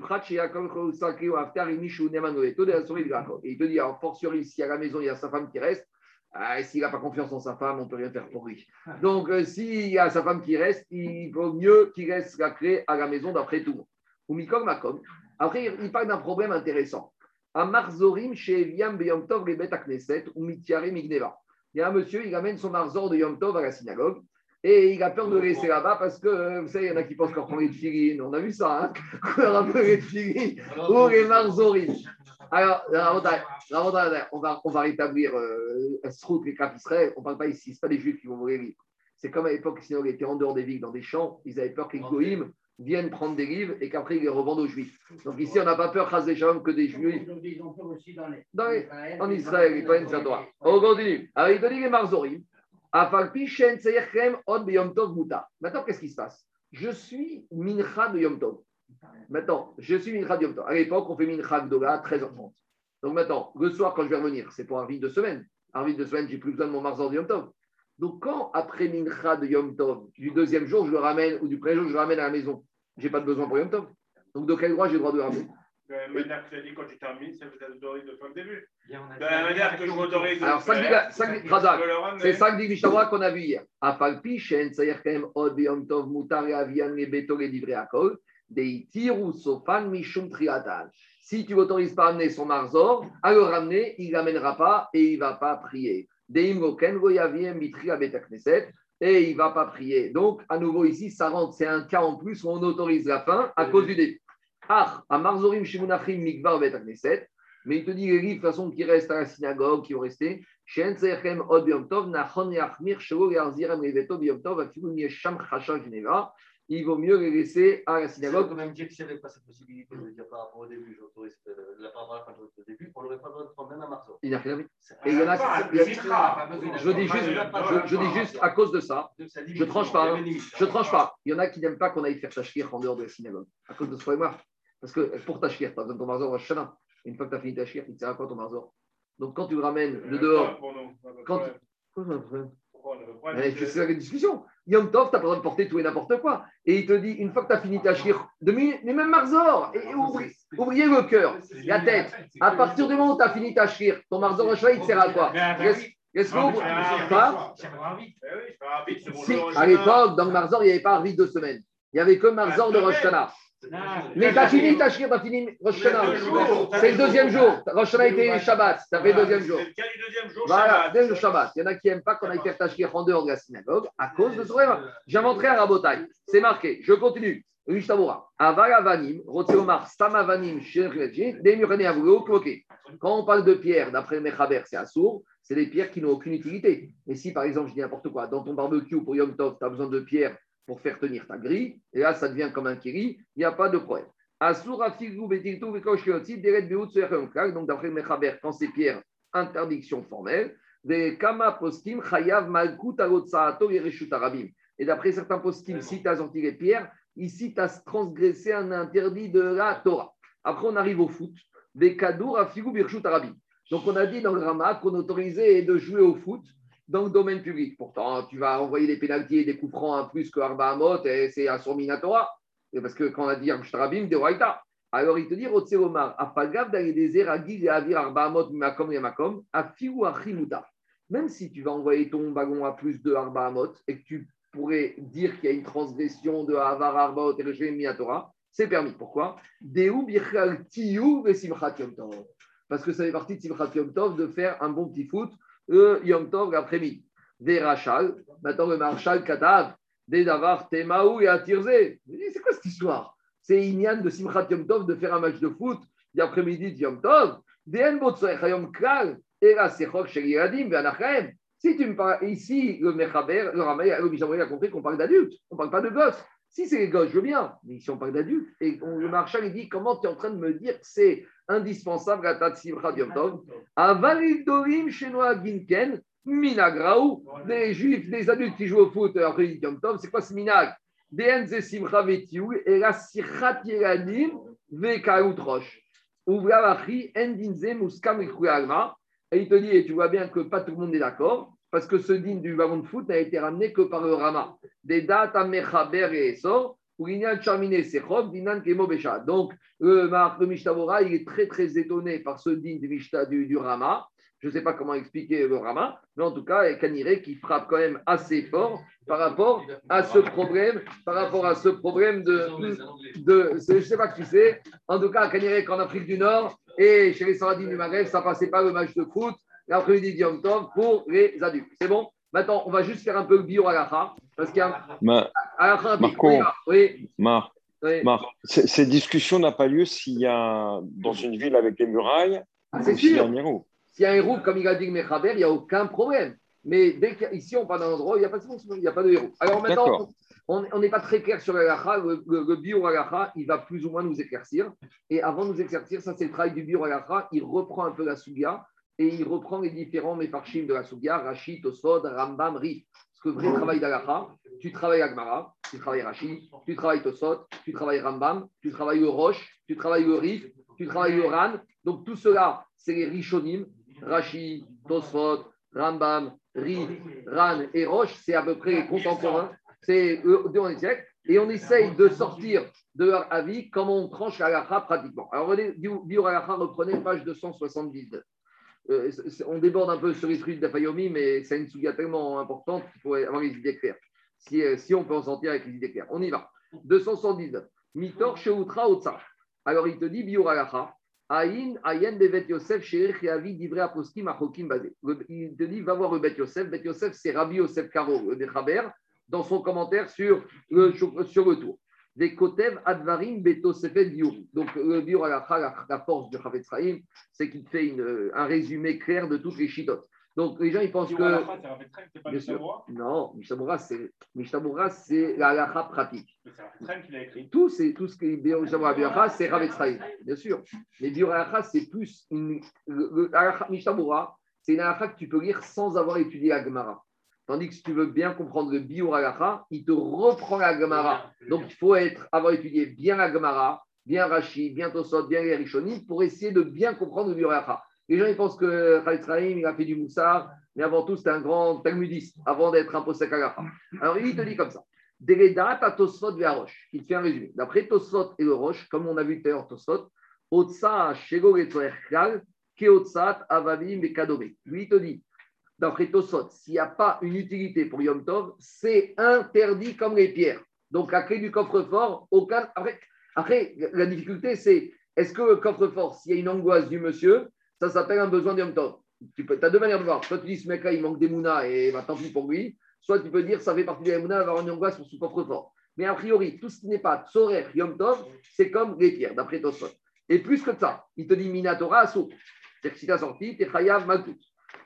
te dit, en fortiori, si à la maison il y a sa femme qui reste, s'il n'a pas confiance en sa femme, on ne peut rien faire pour lui. Donc, s'il y a sa femme qui reste, il vaut mieux qu'il laisse la clé à la maison d'après tout le monde. Après, il parle d'un problème intéressant. Il y a un monsieur, il amène son marzor de Yom Tov à la synagogue. Et il a peur de le laisser là-bas parce que, vous savez, il y en a qui pensent qu'on prend les tefilines. On a vu ça, hein, qu'on a un peu les tefilines ou les marzorim. Alors, on va rétablir Srout, les Cap Israël. On ne parle pas ici, ce pas des juifs qui vont voler les livres. C'est comme à l'époque, sinon, ils étaient en dehors des villes, dans des champs. Ils avaient peur que les goïms viennent prendre des livres et qu'après, ils les revendent aux juifs. Donc ici, on n'a pas peur, Chaz Shalom, que des juifs. Ils ont peur aussi en Israël, ils prennent ça droit. On continue. Alors, il te dit les marzorim. Maintenant, qu'est-ce qui se passe? Je suis mincha de Yom Tov. Maintenant, je suis mincha de Yom Tov. À l'époque, on fait mincha Gdola à 13h30. Donc maintenant, le soir, quand je vais revenir, c'est pour un vide de semaine. Un vide de semaine, j'ai plus besoin de mon marzor de Yom Tov. Donc, quand après mincha de Yom Tov, du deuxième jour, je le ramène, ou du premier jour, je le ramène à la maison, je n'ai pas de besoin pour Yom Tov. Donc, de quel droit j'ai le droit de le ramener? De la même manière que tu as dit quand tu termines, ça vous autorise de faire le début. De la même manière que je m'autorise de alors, c'est ça que dit Mishnah qu'on a vu hier. Afalpi, Shen, c'est-à-dire quand même, Od Yom Tov, Mutar, Avian, Beto, les livrés à Kol, Deitir ou Sofan, Mishum, Triatan. Si tu n'autorises pas à amener son marzor, à le ramener, il ne l'amènera pas et il ne va pas prier. Deim Goken, Goyaviem, Mitri, Abeta Knesset, et il ne va pas prier. Donc, à nouveau ici, ça rentre, c'est un cas en plus où on autorise la fin à cause du début. Ah, à Marzorim, Shimunachim, Mikvar, Bet Knesset. Mais il te dit les livres, de toute façon, qui restent à la synagogue, qui vont rester. Shen Seichem Od Yom Tov, Nachon Yachmir, Shelo Yarzirem Reveto Yom Tov, Afilum Yesham Chacha Geneva. Il vaut mieux les laisser à la synagogue. On peut même dire que s'il n'y avait pas cette possibilité de dire par rapport au début, j'autorise la part à la fin au début, on n'aurait pas le droit de prendre même un marteau. Il n'y a rien à voir. Et il y en a je dis juste à cause de ça, je ne tranche pas. Il y en a qui n'aiment pas qu'on aille faire tashkir en dehors de la synagogue. À cause de ce problème-là. Parce que pour ta shir, tu as besoin de ton marzor Rosh Hashanah. Une fois que tu as fini ta shir, il te sert à quoi ton marzor? Donc quand tu le ramènes de dehors, quand c'est la discussion. Yom Tov, tu n'as pas le droit de porter tout et n'importe quoi. Et il te dit, une fois que tu as fini ta shir, mais même marzor, et oubliez le cœur, la tête. À partir du moment où tu as fini ta shir, ton marzor Rosh Hashanah, il te sert à quoi? Qu'est-ce que pas? À l'époque, dans le marzor, il n'y avait pas Arvit 2 semaines. Il n'y avait que marzor de Rosh Hashanah. Mais tu as fini ta shir, tu as fini Rosh Hashanah. C'est le deuxième jour. Rosh Hashanah était Shabbat. Ça fait le deuxième jour. Voilà, dès le Shabbat. Il y en a qui n'aiment pas qu'on aille faire ta shir en dehors de la synagogue à cause de ce problème. J'inventerai un rabotaille. C'est marqué. Je continue. Avalavanim, Rotseomar, Samavanim, quand on parle de pierre, d'après le Mechaber, c'est assourd, c'est des pierres qui n'ont aucune utilité. Mais si par exemple, je dis n'importe quoi, dans ton barbecue pour Yom Tov, tu as besoin de pierres pour faire tenir ta grille, et là ça devient comme un kiri, il n'y a pas de problème. Donc d'après le Mechaber, quand c'est pierre, interdiction formelle, des Kama Poskim, Chayav Malkut Alotsato Yereshut Arabim. Et d'après certains poskim, si tu as senti les pierres, ici tu as transgressé un interdit de la Torah. Après, on arrive au foot. Des kadour à figou birchut arabim. Donc, on a dit dans le Rama qu'on autorisait de jouer au foot dans le domaine public. Pourtant, tu vas envoyer des pénalties et des coups francs à plus que Arba Amot et c'est à Sormina Torah. Parce que quand on a dit birchut arabim, de Raïta. Alors, il te dit, Otse Omar, Afagav d'aller des Eragil et Avir Arba Amot, Makom et Makom, Afiou Achimuta. Même si tu vas envoyer ton ballon à plus de Arba Amot et que tu pourrait dire qu'il y a une transgression de Avar Arbaot et Recheim Minatora, c'est permis. Pourquoi? Parce que ça fait partie de Simchat Yom Tov de faire un bon petit foot Yom Tov l'après-midi. Des Rachal, maintenant le Marshal Katav, des Davar Temaou et Atirze. C'est quoi cette histoire? C'est Inyan de Simchat Yom Tov de faire un match de foot l'après-midi de Yom Tov. Des Enbotsoech Yom Klal, et là c'est Chok Shel Yeladim, Ve'anachem. Si tu me parles ici, le Mechaber, le Ramaï, le Bishamori a compris qu'on parle d'adultes, on ne parle pas de gosses. Si c'est les gosses, je veux bien, mais ici on parle d'adultes. Et le Marshal il dit comment tu es en train de me dire que c'est indispensable à ta Simchat Yom Tov. Avalidorim Shenoa Ginken, Minagraou, des juifs, des adultes qui jouent au foot après Yom Tov, c'est quoi ce minag? DNZ Simcha Vetiou, et la Sirchat Yeladim, Vekaout Roche. Ouvra Vachi, Endinze Muskam Alma. Et il te dit, et tu vois bien que pas tout le monde est d'accord, parce que ce din du ballon de foot n'a été ramené que par le Rama. Des dates à Mechaber et Essor, ou Inyan Charmine Sechov, Dinan Kemo Besha. Donc, le Mishtabora, il est très très étonné par ce din du Rama. Je ne sais pas comment expliquer le Rama, mais en tout cas, Kanire qui frappe quand même assez fort par rapport à ce problème, je ne sais pas que tu sais, en tout cas, Kanire qu'en Afrique du Nord, et chez les Saradim du Maghreb, ça ne passait pas le match de foot, l'après-midi de Yom Tov pour les adultes. C'est bon? Maintenant, on va juste faire un peu le bio halacha, parce qu'il y a Marco, oui. Marc, cette discussion n'a pas lieu s'il y a dans une ville avec des murailles, c'est s'il y a sûr. un héros. S'il y a un héros, comme il a dit le Mechaber, il n'y a aucun problème. Mais ici, on parle d'un endroit où il n'y a pas de héros. Alors maintenant, on n'est pas très clair sur l'alacha. Le bio halacha, il va plus ou moins nous éclaircir. Et avant de nous éclaircir, ça c'est le travail du bio halacha. Il reprend un peu la sugia et il reprend les différents méfarchim de la sugia, Rashi, Tosod, Rambam, Rif. Parce que le vrai travail d'halacha, tu travailles Agmara, tu travailles Rashi, tu travailles Tosod, tu travailles Rambam, tu travailles le Rosh, tu travailles le Rif, tu travailles le Ran. Donc tout cela, c'est les Rishonim, Rashi, Tosfot, Rambam, Rif, Ran et Rosh, c'est à peu près les contemporains, c'est eux deux en siècle, et on essaye de sortir de leur avis comment on tranche la halakha pratiquement. Alors, Biur halakha, reprenez page 279. On déborde un peu sur les trucs d'Afayomi, mais c'est une sugia tellement importante qu'il faut avoir les idées claires. Si on peut en sortir avec les idées claires. On y va. 279. Mitor Sheutra Otsa. Alors, il te dit Biur halakha. Aïn, Ayen, Bevet Yosef, Sheikh Yavi, Divrei Aposkim, Achokim Bazé. Il te dit, va voir le Bet Yosef. Bet Yosef, c'est Rabbi Yosef Karo, le Mechaber, dans son commentaire sur le tour. Des Kotev, Advarim, Beto Sefet, Biur. Donc, le Biur Halacha, la force du Chavetz Chaim, c'est qu'il fait un résumé clair de toutes les chitotes. Donc, les gens, ils pensent que. Bien sûr. Non, Mishnah c'est la halakha pratique. C'est Rav qui l'a écrit. Tout ce qui est Mishnah c'est Rav Etzraïm, bien sûr. Mais Biur halakha, c'est plus Mishnah c'est une halakha que tu peux lire sans avoir étudié la Gemara. Tandis que si tu veux bien comprendre le Biur halakha, il te reprend la Gemara. Donc, il faut avoir étudié bien la Gemara bien Rashi, bien Tosot, bien les Rishonim, pour essayer de bien comprendre le Biuracha. Les gens ils pensent que Khalid Sraïm, il a fait du Moussard, mais avant tout, c'était un grand talmudiste, avant d'être un posek Halacha. Alors, il te dit comme ça. Deredat à Tosot vers Roche, qui te fait un résumé. D'après Tosot et le Roche, comme on a vu tout à l'heure Tosot, Otsa Shego et Klal, Keotsat Avavim et Kadome. Lui, il te dit, d'après Tosot, s'il n'y a pas une utilité pour Yom Tov, c'est interdit comme les pierres. Donc, la clé du coffre-fort, aucun. Après, la difficulté, c'est est-ce que le coffre-fort, s'il y a une angoisse du monsieur, ça s'appelle un besoin de Yom Tov. Tu as deux manières de voir. Soit tu dis ce mec-là, il manque des mounas et bah, tant pis pour lui. Soit tu peux dire ça fait partie des mounas, avoir une angoisse pour son coffre-fort. Mais a priori, tout ce qui n'est pas Tzorer, Yom Tov, c'est comme les pierres, d'après Tosot. Et plus que ça, il te dit Minatora Asso. C'est-à-dire que si tu as sorti, tu es Chayav Malkout.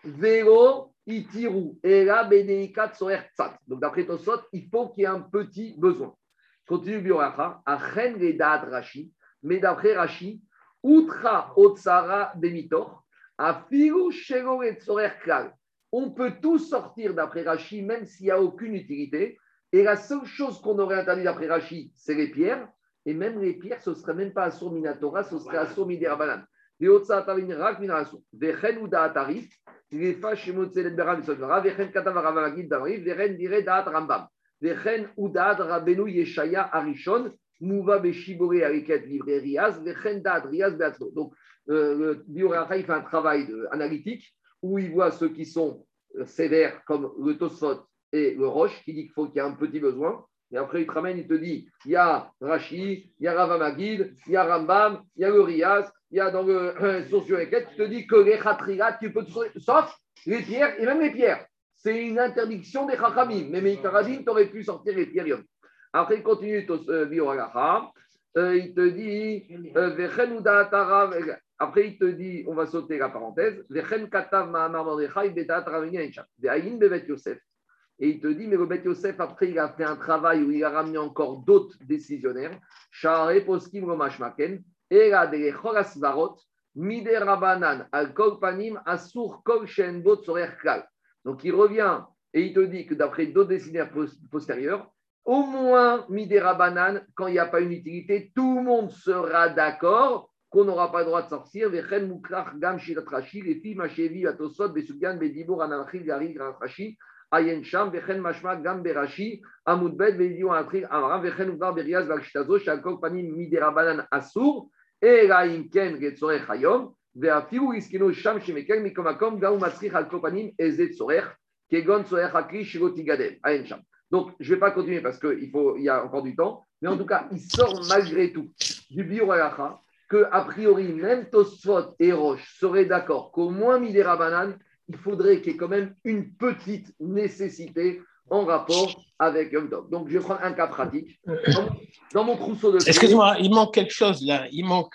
Vélo, Itiru, Ela Beneikat Tzorer Tzat. Donc d'après Tosot, il faut qu'il y ait un petit besoin. Continue Bioracha, Achen Redat Rashi, mais d'après Rashi, Outra Otsara Demitor, Afiru Shego et Tzorer Klal. On peut tout sortir d'après Rashi, même s'il n'y a aucune utilité. Et la seule chose qu'on aurait interdit d'après Rashi, c'est les pierres. Et même les pierres, ce ne serait même pas Assur Minatora, ce serait Assur Midirabanan. Les Otsa Tavin Rak Minarasu. Vechen Uda Atarif, les Fash Shemotzelet Beram Sodvara, Vechen Katavaravagid Damriv, Vechen Dire Daat Rambam. Vechen Uda Rabenu Yeshaya Arishon, Mouva Beshibore Ariket Livre Riaz, Vechen Daat Riaz Beatzlo. Donc, le Bioracha, il fait un travail analytique où il voit ceux qui sont sévères, comme le Tosfot et le Roche, qui dit qu'il faut qu'il y ait un petit besoin. Et après, il te ramène, il te dit, il y a Rashi, il y a Ravamagid, il y a Rambam, il y a le Riaz, il y a dans le Socio-Eket, tu te dis que les Khatrirat, tu peux tout sortir, sauf les pierres, et même les pierres. C'est une interdiction des Chachamim. Mais Meikaradin, tu aurais pu sortir les pierres. Après, il continue, Bioracha, il te dit, Vechen Uda Tarav. Après, il te dit, on va sauter la parenthèse, Vechen Katav Ma'amar Mordechai, Betat Ravini Aïncham, Ve'ayin Bevet Yosef. Et il te dit, mais le Bet Yosef, après, il a fait un travail où il a ramené encore d'autres décisionnaires. Sha'are Poskim Romashmaken, Era de Choras Varot, Mide Rabanan, Al Kol Panim, Asur Kol Shenbot Sorer Klal. Donc, il revient et il te dit que d'après d'autres décisionnaires postérieurs, au moins Mide Rabanan, quand il n'y a pas une utilité, tout le monde sera d'accord qu'on n'aura pas le droit de sortir. Vechen Mukrach Gam Shirat Rashi, les filles Machevi, Atosot, Besugan, Bedibur, Anarchil, Gari, Rashi. Ayen Sham, Vechen Mashma, Gam Berashi, Amoudbet, Vedio, Atri, Amara, Vechen Uvar, Beriaz, Vakshtazo, Shakok, Panim, Miderabanan, Asur, et Raim Ken, Getzorech, Hayom, Veafiru, Iskino, Sham, Shemekel, Mikomakom, Gaou, Matsrich, Alkopanim, Ezet, Sorech, Kegon, Sorech, Akri, Shigotigadem, Ayen Sham. Donc, je ne vais pas continuer parce qu'il y a encore du temps, mais en tout cas, il sort malgré tout du Biuracha que, a priori, même Tosfot et Roche seraient d'accord qu'au moins Miderabanan, il faudrait qu'il y ait quand même une petite nécessité en rapport avec Yom Tov. Donc, je vais prendre un cas pratique. Dans mon trousseau de clés… Excuse-moi, il manque quelque chose là. Il manque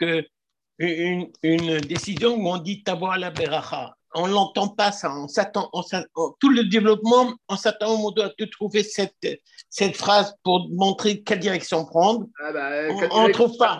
une décision où on dit Tabo la Beracha. On ne l'entend pas, ça. Tout le développement, on s'attend au moment de trouver cette phrase pour montrer quelle direction prendre. On ne trouve pas.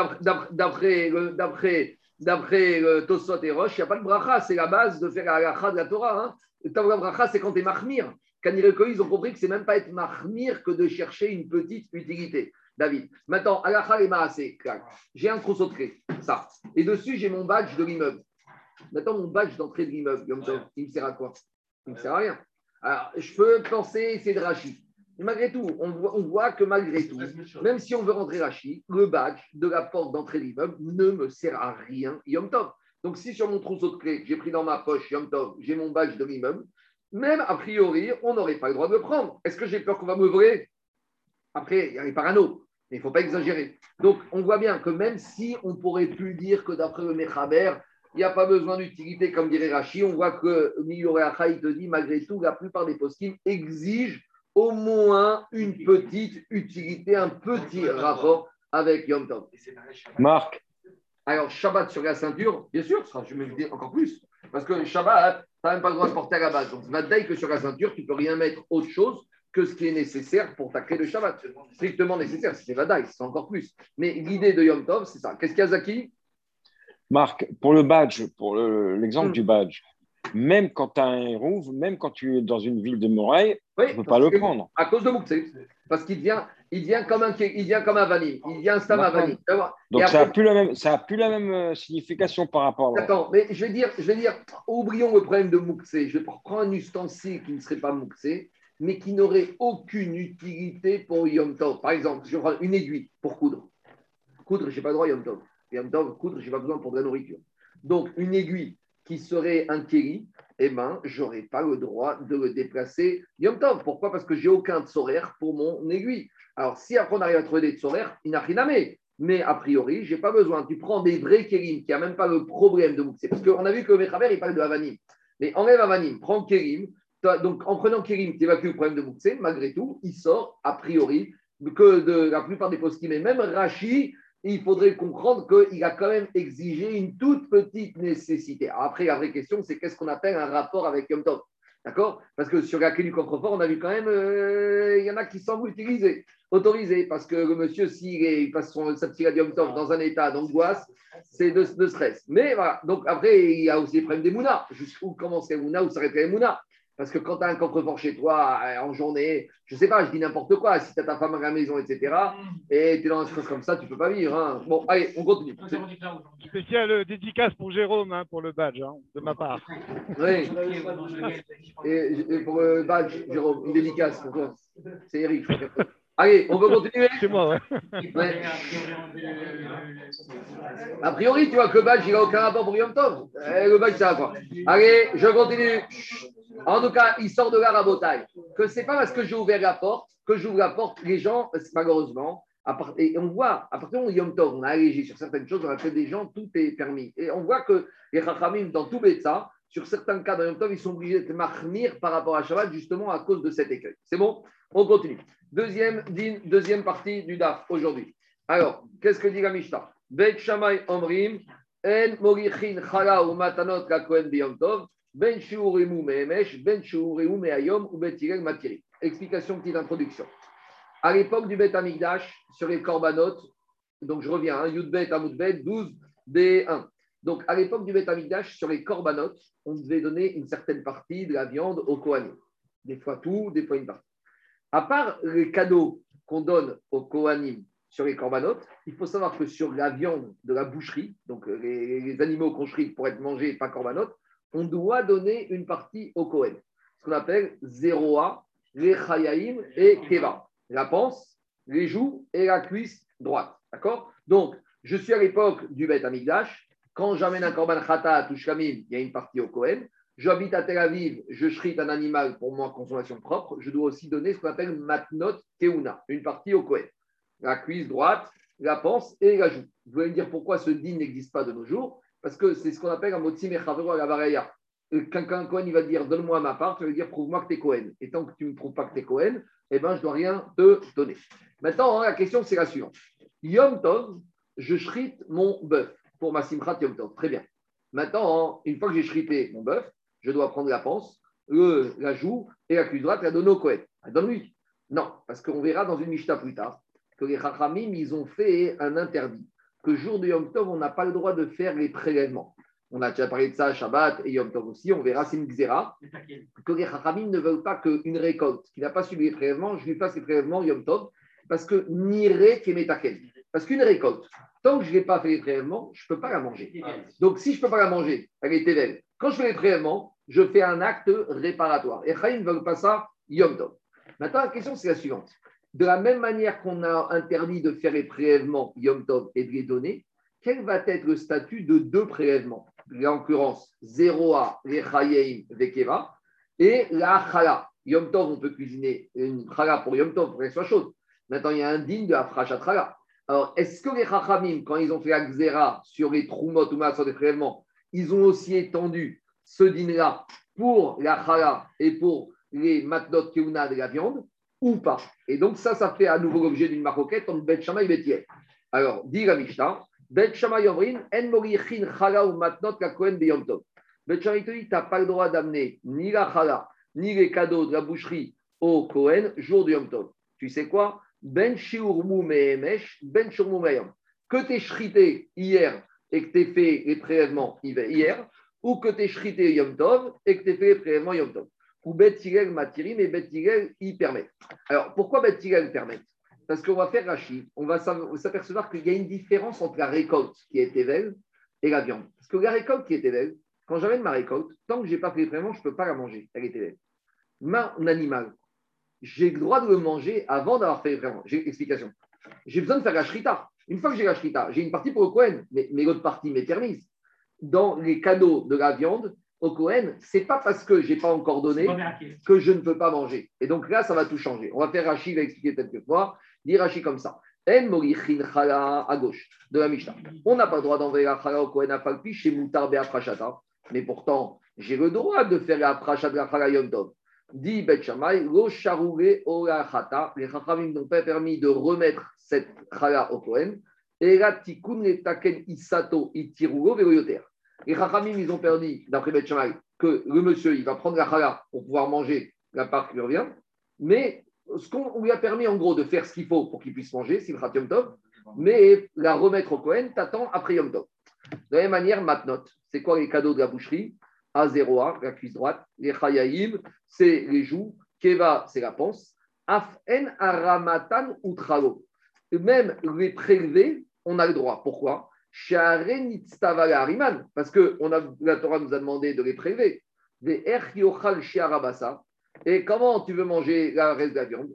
D'après Tosfot et Roche, il n'y a pas de bracha, c'est la base de faire la halacha de la Torah. Hein. Le bracha, c'est quand tu es mahmir. Kanireko, ils ont compris que ce n'est même pas être mahmir que de chercher une petite utilité. David, maintenant, halacha et maaseh, j'ai un trousseau de clés, ça. Et dessus, j'ai mon badge de l'immeuble. Maintenant, mon badge d'entrée de l'immeuble, il me sert à quoi? Il ne me sert à rien. Alors, je peux penser, c'est de Rashi. Mais malgré tout, on voit que malgré tout, même si on veut rentrer Rashi, le badge de la porte d'entrée de l'immeuble ne me sert à rien Yom Tov. Donc, si sur mon trousseau de clés, j'ai pris dans ma poche Yom Tov, j'ai mon badge de l'immeuble, même a priori, on n'aurait pas le droit de le prendre. Est-ce que j'ai peur qu'on va me voler? Après, il y a les parano, mais il ne faut pas exagérer. Donc, on voit bien que même si on pourrait plus dire que d'après le Mechaber, il n'y a pas besoin d'utilité, comme dirait Rashi, on voit que Miyoreacha, il te dit, malgré tout, la plupart des poskim exigent au moins une petite utilité, un petit rapport avec Yom Tov. Marc. Alors, Shabbat sur la ceinture, bien sûr, je vais me dire encore plus. Parce que Shabbat, tu n'as même pas le droit de porter à la base. Donc, c'est Vadaï que sur la ceinture, tu ne peux rien mettre autre chose que ce qui est nécessaire pour ta clé de Shabbat. Strictement nécessaire, c'est Vadaï, c'est encore plus. Mais l'idée de Yom Tov, c'est ça. Qu'est-ce qu'il y a, Zaki? Marc, pour le badge, pour l'exemple du badge, même quand tu as un hérouve, même quand tu es dans une ville de Moraï, tu ne peux pas le prendre. À cause de Mouktsé. Parce qu'il devient. il devient comme un vanim, il devient un stam avanim. Donc Et ça après, n'a plus la même signification par rapport à attends, mais je vais dire, oublions le problème de Mouxé. Je vais prendre un ustensile qui ne serait pas Mouxé, mais qui n'aurait aucune utilité pour Yom Tov. Par exemple, je prends une aiguille pour coudre. Coudre, je n'ai pas le droit Yom Tov. Yom Tov, coudre, je n'ai pas besoin pour de la nourriture. Donc, une aiguille qui serait un kéli, eh ben, je n'aurais pas le droit de le déplacer Yom Tov. Pourquoi? Parce que je n'ai aucun tsoraire pour mon aiguille. Alors, si après on arrive à trouver des tsoraires, il n'a rien à mettre. Mais a priori, je n'ai pas besoin. Tu prends des vrais kélim qui n'ont même pas le problème de Mouxé. Parce qu'on a vu que le Mechaber, il parle de Avanim. Mais enlève Avanim, prends kélim. Donc, en prenant kélim, tu évacues le problème de Mouxé. Malgré tout, il sort a priori que de la plupart des postes, mais même Rashi, il faudrait comprendre qu'il a quand même exigé une toute petite nécessité. Alors après, la vraie question, c'est qu'est-ce qu'on appelle un rapport avec Yom Tov? D'accord? Parce que sur la clé du contrefort, on a vu quand même, il y en a qui semblent autorisés, parce que le monsieur, s'il passe sa petite Yom Tov dans un état d'angoisse, c'est de stress. Mais voilà, donc après, il y a aussi les problèmes des Mouna. Jusqu'où commence les Mouna, où s'arrêtent les Mouna? Parce que quand tu as un coffre-fort chez toi en journée, je ne sais pas, je dis n'importe quoi, si tu as ta femme à la maison, etc., et tu es dans un stress comme ça, tu ne peux pas vivre. Hein. Bon, allez, on continue. Spécial dédicace pour Jérôme, pour le badge, de ma part. Oui. Et pour le badge, Jérôme, une dédicace pour toi. C'est Eric, je crois. Allez, on peut continuer? C'est moi, ouais. A priori, tu vois que le badge, il n'a aucun rapport pour Yom Tov. Le badge, c'est à quoi? Allez, je continue. En tout cas, il sort de là, Rabotai. Que ce n'est pas parce que j'ai ouvert la porte que j'ouvre la porte. Les gens, malheureusement, et on voit, à partir du Yom Tov, on a allégé sur certaines choses, on a fait des gens, tout est permis. Et on voit que les Chachamim, dans tout Betsa, sur certains cas de Yom Tov, ils sont obligés d'être marmir par rapport à Shabbat, justement à cause de cet écueil. C'est bon? On continue. Deuxième partie du DAF aujourd'hui. Alors, qu'est-ce que dit la Mishnah? Bet Shamay Omrim, En Morichin Chala ou Matanot la Kohen Biyom Tov, Ben Shiuremu Mehemesh, Ben Shiuremu Mehayom ou Bet Tirel Matiri. Explication, petite introduction. À l'époque du Bet Amigdash, sur les Korbanot, donc je reviens, Yudbet Amoudbet 12 B1. Donc à l'époque du Bet Amigdash, sur les Korbanot, on devait donner une certaine partie de la viande aux Kohanim. Des fois tout, des fois une partie. À part les cadeaux qu'on donne aux Kohanim sur les Korbanot, il faut savoir que sur la viande de la boucherie, donc les animaux qu'on shrit pour être mangés, pas Korbanot, on doit donner une partie au Kohen. Ce qu'on appelle Zéroa, les Chayaim et Keva. La panse, les joues et la cuisse droite. D'accord? Donc, je suis à l'époque du Bet Amigdash. Quand j'amène un Korban Chata ou Shkamim, il y a une partie au Kohen. J'habite à Tel Aviv, je shrite un animal pour moi, consommation propre. Je dois aussi donner ce qu'on appelle Matnot Keuna, une partie au Kohen. La cuisse droite, la panse et la joue. Vous allez me dire pourquoi ce din n'existe pas de nos jours? Parce que c'est ce qu'on appelle un motzim echavero à la varaya. Quelqu'un Kohen, il va dire donne-moi ma part, tu vas dire prouve-moi que tu es Kohen. Et tant que tu ne me prouves pas que tu es Kohen, eh ben, je ne dois rien te donner. Maintenant, la question, c'est la suivante. Yom Tov, je shrite mon bœuf pour ma simchat Yom Tov. Très bien. Maintenant, une fois que j'ai shrité mon bœuf, je dois prendre la panse, la joue et la cuisse droite, la donner au Kohen. Donne-lui. Non, parce qu'on verra dans une Mishnah plus tard que les Chachamim, ils ont fait un interdit. Que jour de Yom Tov, on n'a pas le droit de faire les prélèvements. On a déjà parlé de ça, Shabbat et Yom Tov aussi. On verra, c'est une xéra. Que les Chachamim ne veulent pas qu'une récolte qui n'a pas subi les prélèvements, je lui fasse les prélèvements Yom Tov, parce que nire kemetaken. Parce qu'une récolte, tant que je n'ai pas fait les prélèvements, je ne peux pas la manger. Donc, si je ne peux pas la manger, elle est belle. Quand je fais les prélèvements, je fais un acte réparatoire. Et Chaim ne veulent pas ça Yom Tov. Maintenant, la question, c'est la suivante. De la même manière qu'on a interdit de faire les prélèvements Yom Tov et de les donner, quel va être le statut de deux prélèvements? En l'occurrence, Zéroa, Rechayeim, Vekeva, et la Chala. Yom Tov, on peut cuisiner une Chala pour Yom Tov pour qu'elle soit chaude. Maintenant, il y a un digne de Afrachat Chala. Alors, est-ce que les Chachamim, quand ils ont fait la Xéra sur les Troumot ou sur des prélèvements, ils ont aussi étendu ce digne-là pour la Chala et pour les Matnot Keuna de la viande ou pas? Et donc, ça fait à nouveau l'objet d'une maroquette entre Bet Shammai et Bet Hillel. Alors, dit la Mishnah, Bet Shammai Omrin, En Morichin Chala ou Matnot la Kohen Beyom Tov. Bet Shammai te dit, tu n'as pas le droit d'amener ni la Chala, ni les cadeaux de la boucherie au Kohen jour du Yom Tov. Tu sais quoi? Ben Shiurmu Mehemesh, Ben Shiurmu Mehayom. Que tu aies shrité hier et que tu aies fait les prélèvements hier, ou que tu aies shrité Yom Tov et que tu aies fait les prélèvements Yom Tov. Ou Bet Hillel Matirim et Bet Hillel y permet. Alors, pourquoi Bet Hillel permet? parce qu'on va faire Rashi, on va s'apercevoir qu'il y a une différence entre la récolte qui est Tevel et la viande. Parce que la récolte qui est Tevel, quand j'amène ma récolte, tant que je n'ai pas fait les prélèvements, je ne peux pas la manger. Elle est Tevel. Mon animal, j'ai le droit de le manger avant d'avoir fait les prélèvements. J'ai une explication. J'ai besoin de faire la shrita. Une fois que j'ai la shrita, j'ai une partie pour le Kohen, mais l'autre partie m'est permise. Dans les cadeaux de la viande, au Kohen, ce n'est pas parce que je n'ai pas encore donné que je ne peux pas manger. Et donc là, ça va tout changer. On va faire Rashi, il va expliquer peut-être que fois. Dire Rashi comme ça. En morichin chala à gauche de la Mishnah. On n'a pas le droit d'envoyer la chala au Kohen à Falpi chez Moutar Be'afrashata. Mais pourtant, j'ai le droit de faire la prachat de la chala Yom Tov. Dit Bet Shammai, lo sharoure ola chata. Les Chachamim n'ont pas permis de remettre cette chala au Kohen. Et la tikun le taken isato itirugo veloyoter. Les Chachamim, ils ont permis, d'après Bet Shammai, que le monsieur, il va prendre la chala pour pouvoir manger la part qui lui revient. Mais ce qu'on lui a permis, en gros, de faire ce qu'il faut pour qu'il puisse manger, c'est le Khat Yom Tov, mais la remettre au Kohen, t'attends après Yom Tov. De la même manière, Matnot, c'est quoi les cadeaux de la boucherie? A0A, la cuisse droite. Les Chayaïm, c'est les joues. Keva, c'est la panse. Af'en aramatan utralo. Même les prélevés, on a le droit. Pourquoi? Parce que la Torah nous a demandé de les prélever. Et comment tu veux manger la reste de la viande?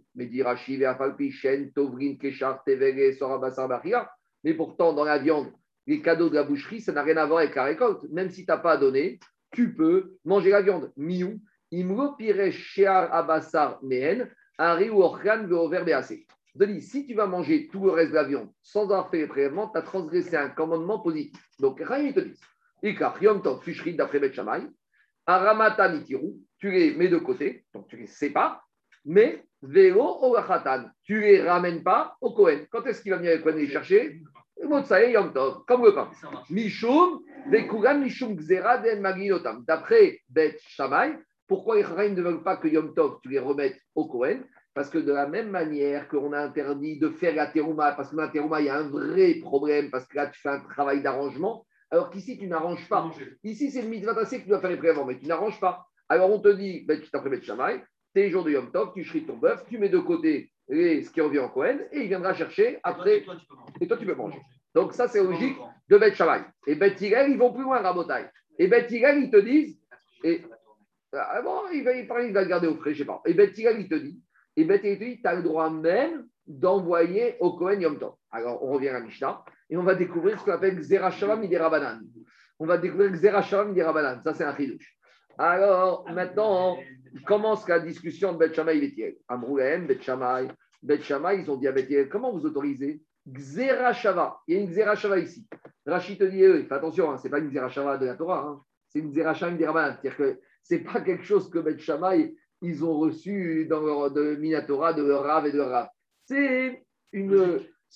Mais pourtant, dans la viande, les cadeaux de la boucherie, ça n'a rien à voir avec la récolte. Même si tu n'as pas à donner, tu peux manger la viande. Miou, imlo pire shear abassar mehen, ari ou organ veover bease. Denis, si tu vas manger tout le reste de la viande sans avoir fait les prélèvements, tu as transgressé un commandement positif. Donc, rien, ils te disent. Ikar, yom tov, fushrit d'après Bet Shammai, aramatan itiru, tu les mets de côté, donc tu les sépares, mais vélo orachatan, tu les ramènes pas au Kohen. Quand est-ce qu'il va venir le Kohen les chercher? Motsae yom tov, comme le pain. Mishum, vekugan mishum gzera den maginotam. D'après Bet Shammai, pourquoi les Chachamim ne veulent pas que yom tov, tu les remettes au Kohen? Parce que de la même manière qu'on a interdit de faire la terouma, parce que dans la terouma, il y a un vrai problème, parce que là, tu fais un travail d'arrangement, alors qu'ici, tu n'arranges pas. Ici, c'est le mitzvah tassé que tu dois faire les prélèvements, mais tu n'arranges pas. Alors, on te dit, après Bet Shammai, t'es jour de Yom Tov, tu shrites ton bœuf, tu mets de côté ce qui revient en Kohen, et il viendra chercher après, et toi, tu peux manger. Donc, ça, c'est logique de Bet Shammai. Et Bet Hillel, ils vont plus loin, Rabotai. Et Bet Hillel, ils te disent, il va le garder au frais, je ne sais pas. Et Bet Hillel, il te dit, et Bet Hillel te dit, tu as le droit même d'envoyer au Kohen Yom Tov. Alors, on revient à la Mishnah, et on va découvrir ce qu'on appelle Xerashava Midirabanan. On va découvrir Xerashava Midirabanan. Ça, c'est un chidouche. Alors, maintenant, commence la discussion de Bet Shammai et Bet Hillel. Amroulahem, Bet Shammai, ils ont dit à Bet Hillel, comment vous autorisez Xerashava? Il y a une Xerashava ici. Rachid te dit, fais attention, ce n'est pas une Xerashava de la Torah, hein. C'est une Xerashava Midirabanan. C'est-à-dire que ce n'est pas quelque chose que Bet Shammai, ils ont reçu dans leur de Minatora, de leur Rav et de leur Rav. C'est un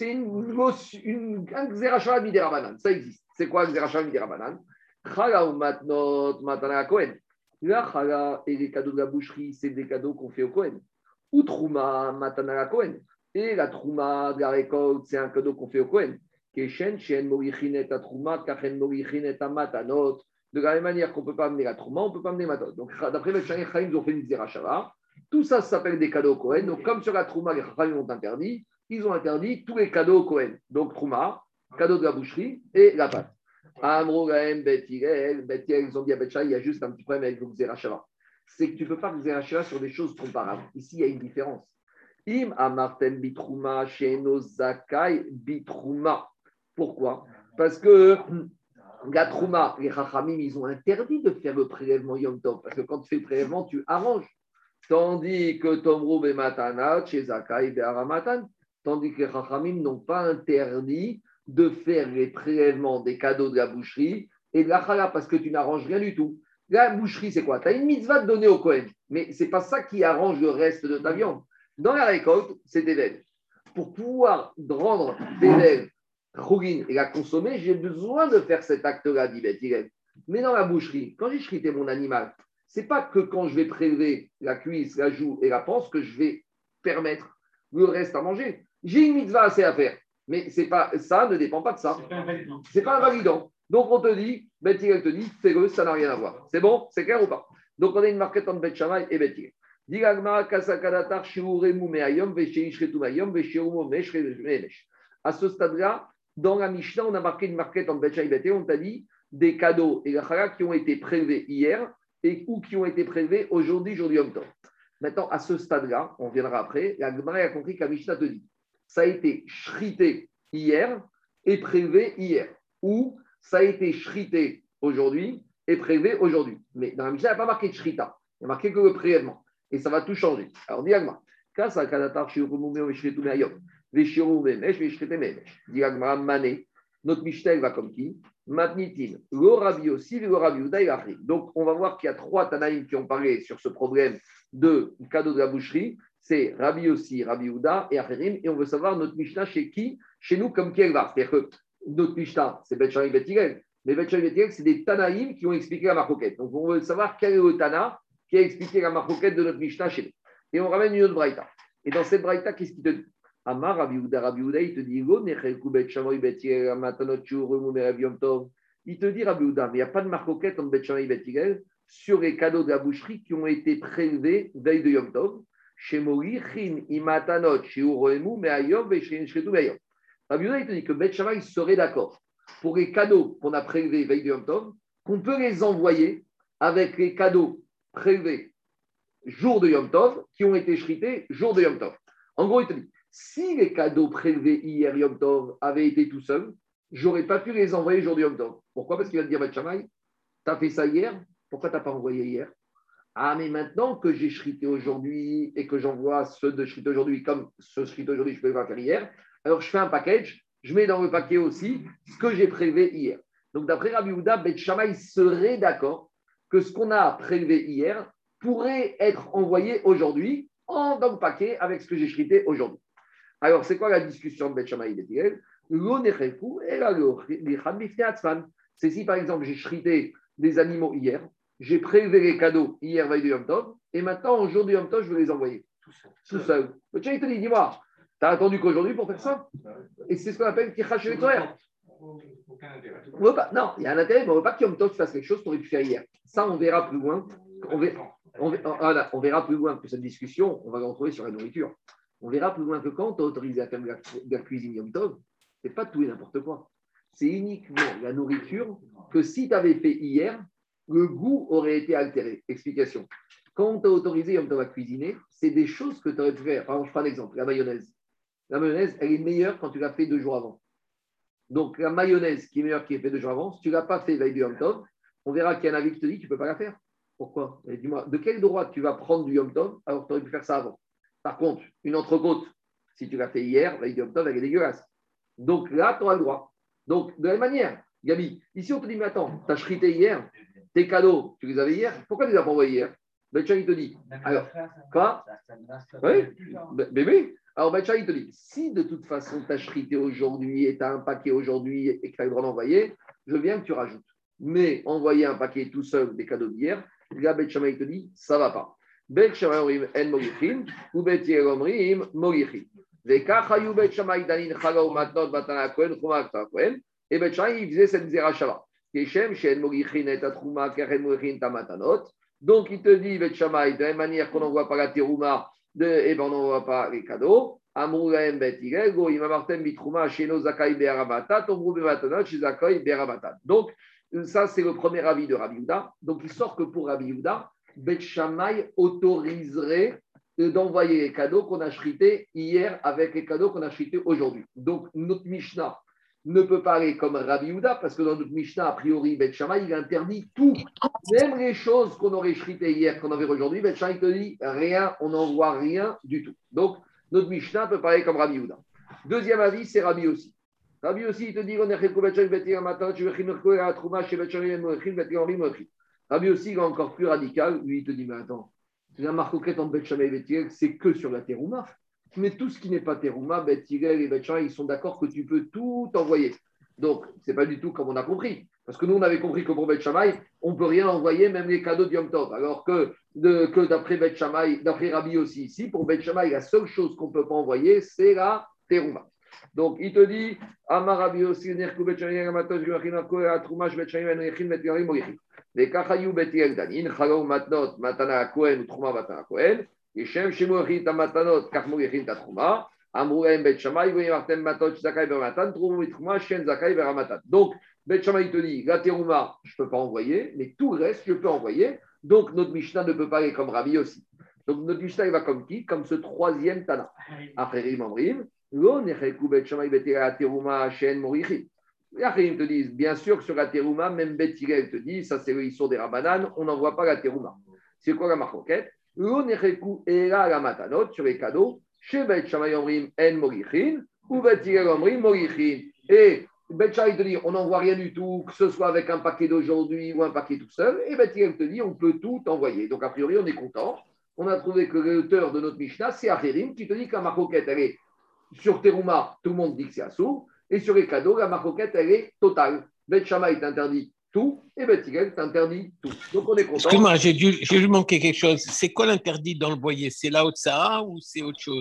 Xerashava Midirabanan. Ça existe. C'est quoi Xerashava Midirabanan? Chala ou matnot matana Kohen. La chala et les cadeaux de la boucherie, c'est des cadeaux qu'on fait au Kohen. Ou trouma matana Kohen. Et la trouma de la récolte, c'est un cadeau qu'on fait au Kohen. Keshen shen morichinet a trouma, kachen morichinet a matanot. De la même manière qu'on ne peut pas amener la trouma, on ne peut pas amener matanot. Donc d'après les Chachamim, ils ont fait une zerachava. Tout ça s'appelle des cadeaux au Kohen. Donc comme sur la trouma, les Chachamim ont interdit, ils ont interdit tous les cadeaux au Kohen. Donc trouma, cadeau de la boucherie et la pâte. Amrogaem, Bet Hillel, ils ont dit à Bet Shammai, il y a juste un petit problème avec le Xerashava. C'est que tu ne peux pas Xerashava sur des choses comparables. Ici, il y a une différence. Im amartem bitrouma sheno zakai bitrouma. Pourquoi? Parce que la trouma, les Chachamim, ils ont interdit de faire le prélèvement Yom Tov. Parce que quand tu fais le prélèvement, tu arranges. Tandis que Tomro bematana, chez zakai be'aramatan, tandis que les Chachamim n'ont pas interdit de faire les prélèvements des cadeaux de la boucherie et de la chala, parce que tu n'arranges rien du tout. La boucherie, c'est quoi? Tu as une mitzvah de donner au Kohen, mais ce n'est pas ça qui arrange le reste de ta viande. Dans la récolte, c'est Tevel. Pour pouvoir rendre Tevel, Chougin et la consommer, j'ai besoin de faire cet acte-là, dit Bet Hillel. Mais dans la boucherie, quand j'ai shrité mon animal, ce n'est pas que quand je vais prélever la cuisse, la joue et la panse que je vais permettre le reste à manger. J'ai une mitzvah assez à faire. Mais c'est pas, ça ne dépend pas de ça. C'est pas invalidant. Donc on te dit, Bet Hillel te dit, fais-le, ça n'a rien à voir. C'est bon? C'est clair ou pas? Donc on a une marquette entre Bet Shammai et Bet Hillel. À ce stade-là, dans la Mishnah, on a marqué une marquette en Bet Shammai Bet Hillel, on t'a dit des cadeaux et la chala qui ont été prélevés hier ou qui ont été prélevés aujourd'hui, jour du Yom Tov. Maintenant, à ce stade-là, on viendra après, la Gemara a compris que la Mishnah te dit ça a été shrité hier et prélevé hier, ou ça a été shrité aujourd'hui et prélevé aujourd'hui. Mais dans la Mishnah, il n'y a pas marqué de shrita, il y a marqué que le prélèvement. Et ça va tout changer. Alors, dis Agma, notre Mishnah va comme qui? Matnitin, le Rabbi aussi, le Rabbi Uda et Achri. Donc, on va voir qu'il y a 3 Tanaïm qui ont parlé sur ce problème de cadeau de la boucherie. C'est Rabbi aussi, Rabbi Uda et Achirim. Et on veut savoir notre Mishnah chez qui? Chez nous, comme qui elle va. C'est-à-dire que notre Mishnah, c'est Bet Shammai Bet Hillel. Mais Bet Shammai Bet Hillel, c'est des Tanaïm qui ont expliqué la marcoquette. Donc, on veut savoir quel est le Tana qui a expliqué la marcoquette de notre Mishnah chez nous. Et on ramène une autre Braïta. Et dans cette Braïta, qu'est-ce qu'il te dit? Amar Rabbi Uda, il te dit il te dit Rabbi Uda, mais il n'y a pas de marcoquette entre Bet Shammai et Bet Hillel sur les cadeaux de la boucherie qui ont été prélevés veille de Yom Tov. Chez Morichin, Imatanot, chez Uroemu, Meayov, et chez Nshretu Meayov. Rabbi Uda, il te dit que Bet Shammai serait d'accord pour les cadeaux qu'on a prélevés veille de Yom Tov, qu'on peut les envoyer avec les cadeaux prélevés jour de Yom Tov qui ont été shrités jour de Yom Tov. En gros, il te dit si les cadeaux prélevés hier Yom Tov avaient été tout seuls, j'aurais pas pu les envoyer jour de Yom Tov. Pourquoi? Parce qu'il va te dire Bet Shammai, tu as fait ça hier, pourquoi tu n'as pas envoyé hier? Ah, mais maintenant que j'ai shrité aujourd'hui et que j'envoie ceux de shrité aujourd'hui comme ce shrité aujourd'hui, je peux les faire hier, alors je fais un package, je mets dans le paquet aussi ce que j'ai prélevé hier. Donc d'après Rabbi Yehuda, Bet Shammai serait d'accord que ce qu'on a prélevé hier pourrait être envoyé aujourd'hui dans le paquet avec ce que j'ai shrité aujourd'hui. Alors, c'est quoi la discussion de Bet Shammai et Bet Hillel? C'est si, par exemple, j'ai shrité des animaux hier, j'ai prélevé les cadeaux hier, veille de Yom Tov, et maintenant, au jour de Yom Tov, je veux les envoyer. Tout seul. Bet Shammai te dit, dis-moi, tu as attendu qu'aujourd'hui pour faire ça? Et c'est ce qu'on appelle Kichash Vetzoer. Non, il y a un intérêt, mais on ne veut pas que Yom Tov fasse quelque chose que tu aurais pu faire hier. Ça, on verra plus loin. On verra plus loin que cette discussion, on va la retrouver sur la nourriture. On verra plus loin que quand tu as autorisé à faire de la cuisine Yom Tov, ce n'est pas tout et n'importe quoi. C'est uniquement la nourriture que si tu avais fait hier, le goût aurait été altéré. Explication. Quand tu as autorisé Yom Tov à cuisiner, c'est des choses que tu aurais pu faire. Par exemple, je prends un exemple, la mayonnaise. La mayonnaise, elle est meilleure quand tu l'as fait 2 jours avant. Donc, la mayonnaise qui est meilleure qui est faite 2 jours avant, si tu ne l'as pas fait veille de Yom Tov, on verra qu'il y a un avis qui te dit que tu ne peux pas la faire. Pourquoi? Et dis-moi, de quel droit tu vas prendre du Yom Tov alors que tu aurais pu faire ça avant? Par contre, une entrecôte, si tu l'as fait hier, veille de Yom Tov, elle est dégueulasse. Donc là, tu auras le droit. Donc, de la même manière, Gabi, ici on te dit, mais attends, tu as shrité hier, tes cadeaux, tu les avais hier, pourquoi tu ne les as pas envoyés hier? Betcha, il te dit, alors, quoi? Oui, bébé. Alors, Betcha, il te dit, si de toute façon tu as shrité aujourd'hui et tu as un paquet aujourd'hui et que tu as le droit d'envoyer, je viens que tu rajoutes. Mais envoyer un paquet tout seul des cadeaux d'hier, là, Betcha, il te dit, ça ne va pas. Bet Shammai omrim en morichin, ou Bet Hillel omrim morichin. Vekach hayu Bet Shammai danin chala umatnot batana kohen chuma akta kohen. Et Bet Shammai il faisait cette zerachava. Keshem she'en morichin et atruma keren morichin tamatanot. Donc il te dit Bet Shammai de la même manière qu'on n'envoie pas la terouma, et ben on n'envoie pas les cadeaux. Amrou lahem Bet Hillel goyim amartem bitruma sheno zakai be'arabata tomru be'matanot shezakai be'arabata. Donc ça c'est le premier avis de Rabbi Yehuda. Donc il sort que pour Rabbi Yehuda, Bet Shammai autoriserait d'envoyer les cadeaux qu'on a shrités hier avec les cadeaux qu'on a shrités aujourd'hui. Donc, notre Mishnah ne peut pas aller comme Rabbi Yehuda parce que dans notre Mishnah, a priori, Bet Shammai, il interdit tout. Même les choses qu'on aurait shritées hier, qu'on enverra aujourd'hui, Bet Shammai te dit rien, on n'envoie rien du tout. Donc, notre Mishnah peut pas aller comme Rabbi Yehuda. Deuxième avis, c'est Rabbi aussi. Rabbi aussi, il te dit on est Bet Shammai, Bet Hillel matin, tu veux chimer la trouma chez Bet Shammai, Bet Hillel. Rabbi aussi, il est encore plus radical. Lui, il te dit, mais attends, la marcoquette entre Bet Shammai et Bet Hillel, c'est que sur la terouma. Mais tout ce qui n'est pas terouma, Bet Hillel et Bet Shammai, ils sont d'accord que tu peux tout envoyer. Donc, ce n'est pas du tout comme on a compris. Parce que nous, on avait compris que pour Bet Shammai, on ne peut rien envoyer, même les cadeaux de Yom Tov. Alors que d'après Bet Shammai, d'après Rabbi aussi ici, pour Bet Shammai, la seule chose qu'on ne peut pas envoyer, c'est la terouma. Donc, il te dit, Amar Rabbi aussi, Les Kachayou Betirel Danin, Chalou Matnot, Matana Kohen ou Trouma Matana Kohen, et Shem Shemuachin Matanot, Kachmouyachin Tatrouma, Amroulaim Bet Shamay, Martem Matot, Zakai Bermatan, Trouma Trouma, Shen Zakai Beramatan. Donc, Bet Shamay te dit, la terouma, je ne peux pas envoyer, mais tout le reste, je peux envoyer. Donc, notre Mishnah ne peut pas aller comme Rabbi aussi. Donc, notre Mishnah, il va comme qui? Comme ce troisième Tana. Après Rimamrim, Lo Necheku Bet Shamay Betira Terouma, Shen Morichi. Les Acherim te disent, bien sûr, sur la terouma, même Bet Hillel te dit, ça c'est le Issour des Rabanan, on n'envoie pas la terouma. C'est quoi la marcoquette? Lo Necheku Era la Matanot, sur les cadeaux, chez Bet Shamay Omrim En Morichin, ou Bet Hillel Omrim Morichin. Et Bet Shammai te dit, on n'envoie rien du tout, que ce soit avec un paquet d'aujourd'hui ou un paquet tout seul. Et Bet Hillel te dit, on peut tout envoyer. Donc, a priori, on est content. On a trouvé que l'auteur de notre Mishnah, c'est Acherim, qui te dit que la marcoquette, elle est sur Terouma, tout le monde dit que c'est Assour. Et sur les cadeaux, la marcoquette, elle est totale. Bet Shammai t'interdit tout et Bet Hillel t'interdit tout. Donc, on est content. Excuse-moi, j'ai dû manquer quelque chose. C'est quoi l'interdit d'envoyer? C'est la Haute-Sahara ou c'est autre chose?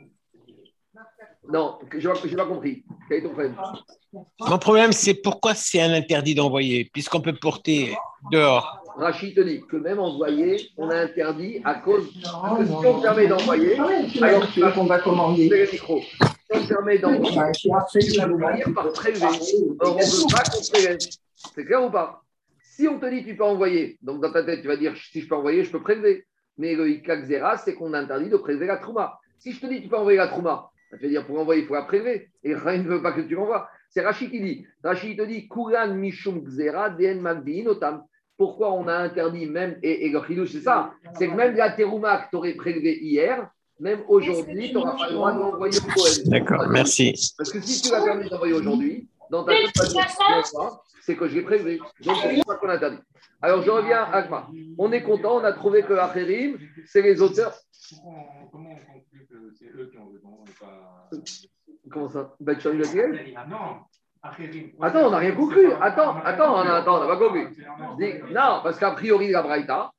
Non, je n'ai pas compris. Quel est ton problème? Mon problème, c'est pourquoi c'est un interdit d'envoyer, puisqu'on peut porter dehors. Rachid te dit que même envoyer, on a interdit à cause que si on permet d'envoyer, alors tu vas qu'on va commander le micro. Si on permet d'envoyer, tu vas finir par prélever. Or, on ne veut pas qu'on prélève. C'est clair ou pas? Si on te dit tu peux envoyer, donc dans ta tête, tu vas dire si je peux envoyer, je peux prélever. Mais le Ikak-Zera, c'est qu'on interdit de prélever la Trouma. Si je te dis tu peux envoyer la Trouma, ça veut dire pour envoyer, il faut la prélever. Et rien ne veut pas que tu l'envoies. C'est Rachid qui dit. Rachid te dit Kuran Mishum Gzera Den Magdiin Otam. Pourquoi on a interdit même, et le chidouche, c'est ça, c'est que même la terouma que tu aurais prélevé hier, même aujourd'hui, tu n'auras pas le droit de l'envoyer au Kohen. D'accord, merci. Parce que si tu l'as permis d'envoyer aujourd'hui, dans ta tête, c'est que je l'ai prélevé. Donc, c'est pas qu'on interdit. Alors, je reviens à Agma. On est content, on a trouvé que Acherim, c'est les auteurs. Comment on conclut que c'est eux qui ont raison et pas. Comment ça? Bet Shammai Bethiel? Non. Attends, on n'a rien conclu. Attends, on n'a pas conclu. Non, parce qu'a priori, la Braïta,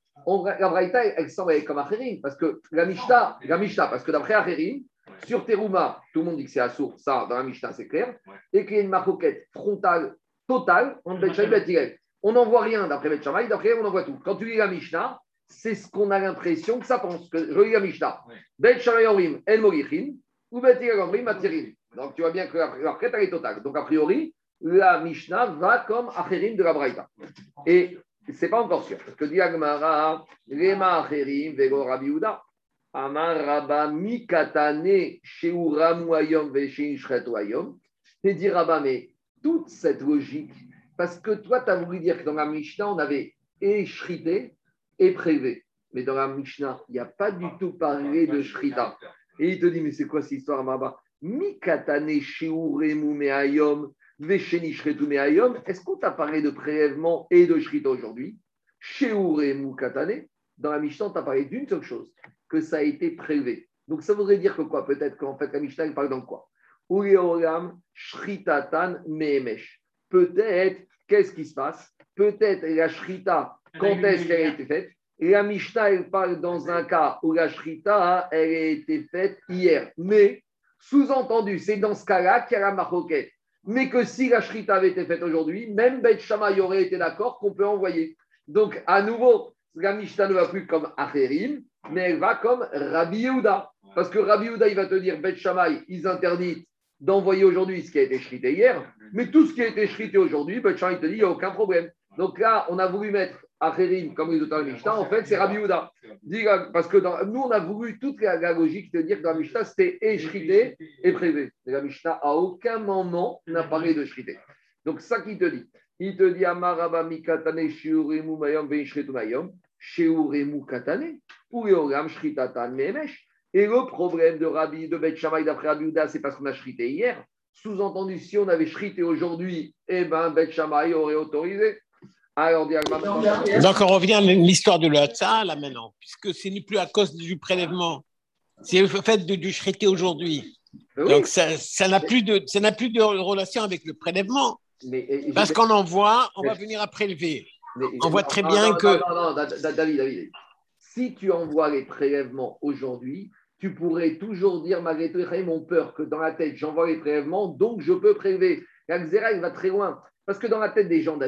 elle semble être comme Acherim. Parce que la Mishnah, parce que d'après Acherim, sur Terouma, tout le monde dit que c'est Assour, ça, dans la Mishnah, c'est clair, et qu'il y a une marcoquette frontale, totale, entre Bet Shammai et Bet Hillel. On n'en voit rien d'après Bet Shammai, d'après on en voit tout. Quand tu lis la Mishnah, c'est ce qu'on a l'impression que ça pense. Que je lis la Mishnah. Bet Shammai Omrim El Morichin, ou Bet Hillel Omrim Matirin. Donc, tu vois bien que la requête, elle est totale. Donc, a priori, la Mishnah va comme Acherim de la Braïta. Et ce n'est pas encore sûr. Parce que dit Agmara, Lema Acherim, Vego Rabbi Yehuda, Amar Rabba Mikatane, Sheuramu Ayom, Veshin Shretu Ayom. Et dit Rabba, mais toute cette logique, parce que toi, tu as voulu dire que dans la Mishnah, on avait échrité et prélevé. Mais dans la Mishnah, il n'y a pas du tout parlé de Shrita. Et il te dit, mais c'est quoi cette histoire, Maba? Mikatane shiuremu me'ayom vesheni shretu me'ayom. Est-ce qu'on t'a parlé de prélèvement et de shrita aujourd'hui? Shiuremu katane. Dans la Mishnah, on t'a parlé d'une seule chose, que ça a été prélevé. Donc ça voudrait dire que quoi? Peut-être qu'en fait la Mishnah elle parle dans quoi? Uleolam shritatan me'emesh. Peut-être, qu'est-ce qui se passe? Peut-être la shrita, quand est-ce qu'elle a été faite? Et la Mishnah, elle parle dans un cas où la shrita, elle a été faite hier. Mais sous-entendu, c'est dans ce cas-là qu'il y a la marroquette. Mais que si la shrita avait été faite aujourd'hui, même Bet Shammai aurait été d'accord qu'on peut envoyer. Donc, à nouveau, la Mishnah ne va plus comme Acherim, mais elle va comme Rabbi Yehuda. Parce que Rabbi Yehuda, il va te dire, Bet Shammai, ils interdisent d'envoyer aujourd'hui ce qui a été shrité hier, mais tout ce qui a été shrité aujourd'hui, Bet Shammai te dit, il n'y a aucun problème. Donc là, on a voulu mettre Acherim comme les auteurs de Mishnah, en fait, c'est Rabbi Yehuda. Parce que nous, on a voulu toute la logique de dire que dans la Mishnah, c'était échrité et prélevé. Et la Mishnah, à aucun moment, n'a parlé de shrité. Donc, ça qu'il te dit. Il te dit, Amaraba mikatane shiuremu mayom veishretu mayom, shiuremu katane, ou yoram shritatan meemesh. Et le problème de Rabbi, de Bet Shammai d'après Rabbi Yehuda, c'est parce qu'on a shrité hier. Sous-entendu, si on avait shrité aujourd'hui, eh bien, Bet Shammai aurait autorisé. Alors, donc, on revient à l'histoire de l'Hatza, là, maintenant, puisque ce n'est plus à cause du prélèvement. C'est le fait du shrité aujourd'hui. Oui. Donc, ça n'a plus de relation avec le prélèvement. Parce qu'on envoie, on va venir à prélever. On voit très bien que… Non, David. Si tu envoies les prélèvements aujourd'hui, tu pourrais toujours dire, malgré tout, ils ont peur que dans la tête, j'envoie les prélèvements, donc je peux prélever. La Xéra, il va très loin. Parce que dans la tête des gens, David,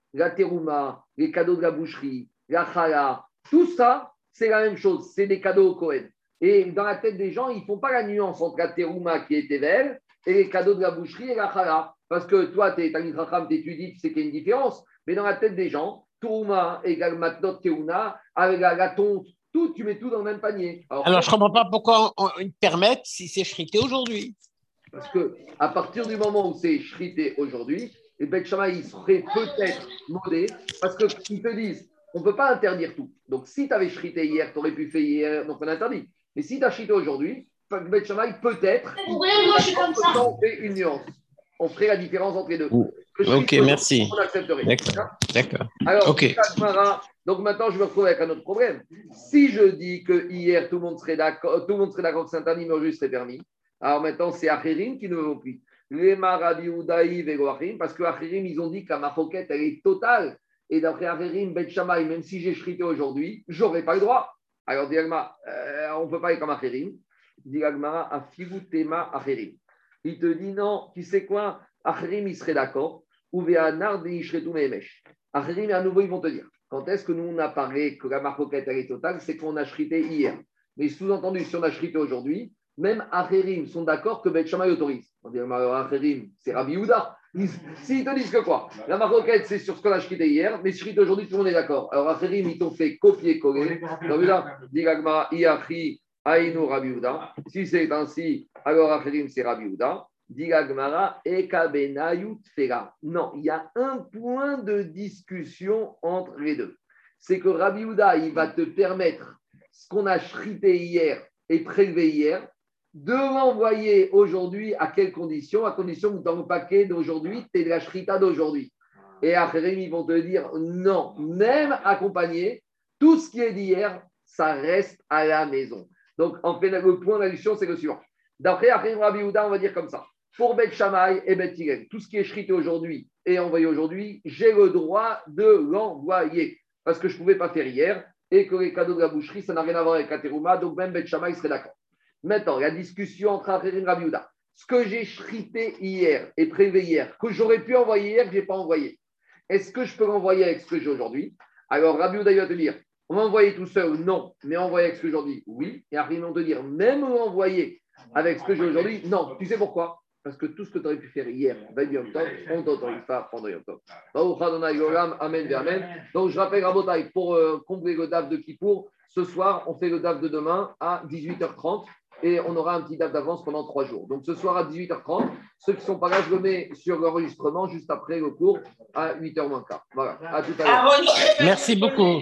la terouma, les cadeaux de la boucherie, la chala, tout ça, c'est la même chose. C'est des cadeaux au Kohen. Et dans la tête des gens, ils ne font pas la nuance entre la terouma qui est Tevel et les cadeaux de la boucherie et la chala. Parce que toi, tu es Talmid Chacham, tu étudies, tu sais qu'il y a une différence. Mais dans la tête des gens, terouma égale matnot terouna, avec la tonte, tout, tu mets tout dans le même panier. Alors je ne comprends pas pourquoi ils permettent si c'est shrité aujourd'hui. Parce qu'à partir du moment où c'est shrité aujourd'hui, les Beth Shammai seraient peut-être modés parce qu'ils te disent on ne peut pas interdire tout. Donc si tu avais shrité hier, tu aurais pu faire hier, donc on interdit. Mais si tu as shrité aujourd'hui, Beth Shammai peut-être, on fait une nuance. On ferait la différence entre les deux. Ok, merci. On accepterait. D'accord. Alors, okay. Donc maintenant, je me retrouve avec un autre problème. Si je dis que hier, tout le monde serait d'accord que c'est interdit, mais aujourd'hui serait permis. Alors maintenant, c'est Acherim qui ne veut plus. Les Marabi Udaï Vegoachim, parce que Acherim, ils ont dit que la maroquette, elle est totale. Et d'après Acherim, Bet Shammai, même si j'ai shrité aujourd'hui, je n'aurais pas le droit. Alors, Diagma, on ne peut pas aller comme Acherim. Diagma, Afigu Tema Acherim. Il te dit non, tu sais quoi, Acherim, il serait d'accord. Ou Veanar de Ishretou Mehemesh. Acherim, à nouveau, ils vont te dire quand est-ce que nous, on a parlé que la maroquette, elle est totale, c'est qu'on a shrité hier. Mais sous-entendu, si on a shrité aujourd'hui, même Acherim sont d'accord que Bet Shammai autorise. On dit, Acherim, c'est Rabbi Yehuda. S'ils te disent que quoi, la maroquette, c'est sur ce qu'on a shrité hier, mais shrité aujourd'hui, tout le monde est d'accord. Alors Acherim, ils t'ont fait copier-coller. Rabbi Yehuda, dit Gagma, Iachi, Aïnou, Rabbi Yehuda. Si c'est ainsi, alors Acherim, c'est Rabbi Yehuda. Dit Gagmara, Ekabenayut Fera. Non, il y a un point de discussion entre les deux. C'est que Rabbi Yehuda, il va te permettre ce qu'on a shrité hier et prélevé hier, de l'envoyer aujourd'hui à quelles conditions? À condition que dans le paquet d'aujourd'hui, tu es de la shrita d'aujourd'hui. Et après, ils vont te dire non, même accompagné, tout ce qui est d'hier, ça reste à la maison. Donc, en fait, le point d'addition, c'est le suivant. D'après Rabbi Yehuda, on va dire comme ça. Pour Bet Shammai et Bet Hillel, tout ce qui est shrité aujourd'hui et envoyé aujourd'hui, j'ai le droit de l'envoyer. Parce que je ne pouvais pas faire hier et que les cadeaux de la boucherie, ça n'a rien à voir avec la terouma, donc même Bet Shammai serait d'accord. Maintenant, la discussion entre Acherim et Rabbi Yehuda. Ce que j'ai shrité hier et prélevé hier, que j'aurais pu envoyer hier, que je n'ai pas envoyé. Est-ce que je peux l'envoyer avec ce que j'ai aujourd'hui? Alors, Rabbi Yehuda va te dire, on va envoyer tout seul, non, mais envoyer avec ce que j'ai aujourd'hui, oui. Et Acherim va te dire, même l'envoyer avec ce que j'ai aujourd'hui, non. Tu sais pourquoi? Parce que tout ce que tu aurais pu faire hier, Yom Tov, on ne t'autorise pas pendant Yom Tov. Amen, amen. Donc, je rappelle à Botaï, pour combler le DAF de Kippour, ce soir, on fait le DAF de demain à 18h30 et on aura un petit DAF d'avance pendant 3 jours. Donc, ce soir à 18h30, ceux qui ne sont pas là, je le mets sur l'enregistrement juste après le cours à 8h moins quart. Voilà, à tout à l'heure. Merci beaucoup.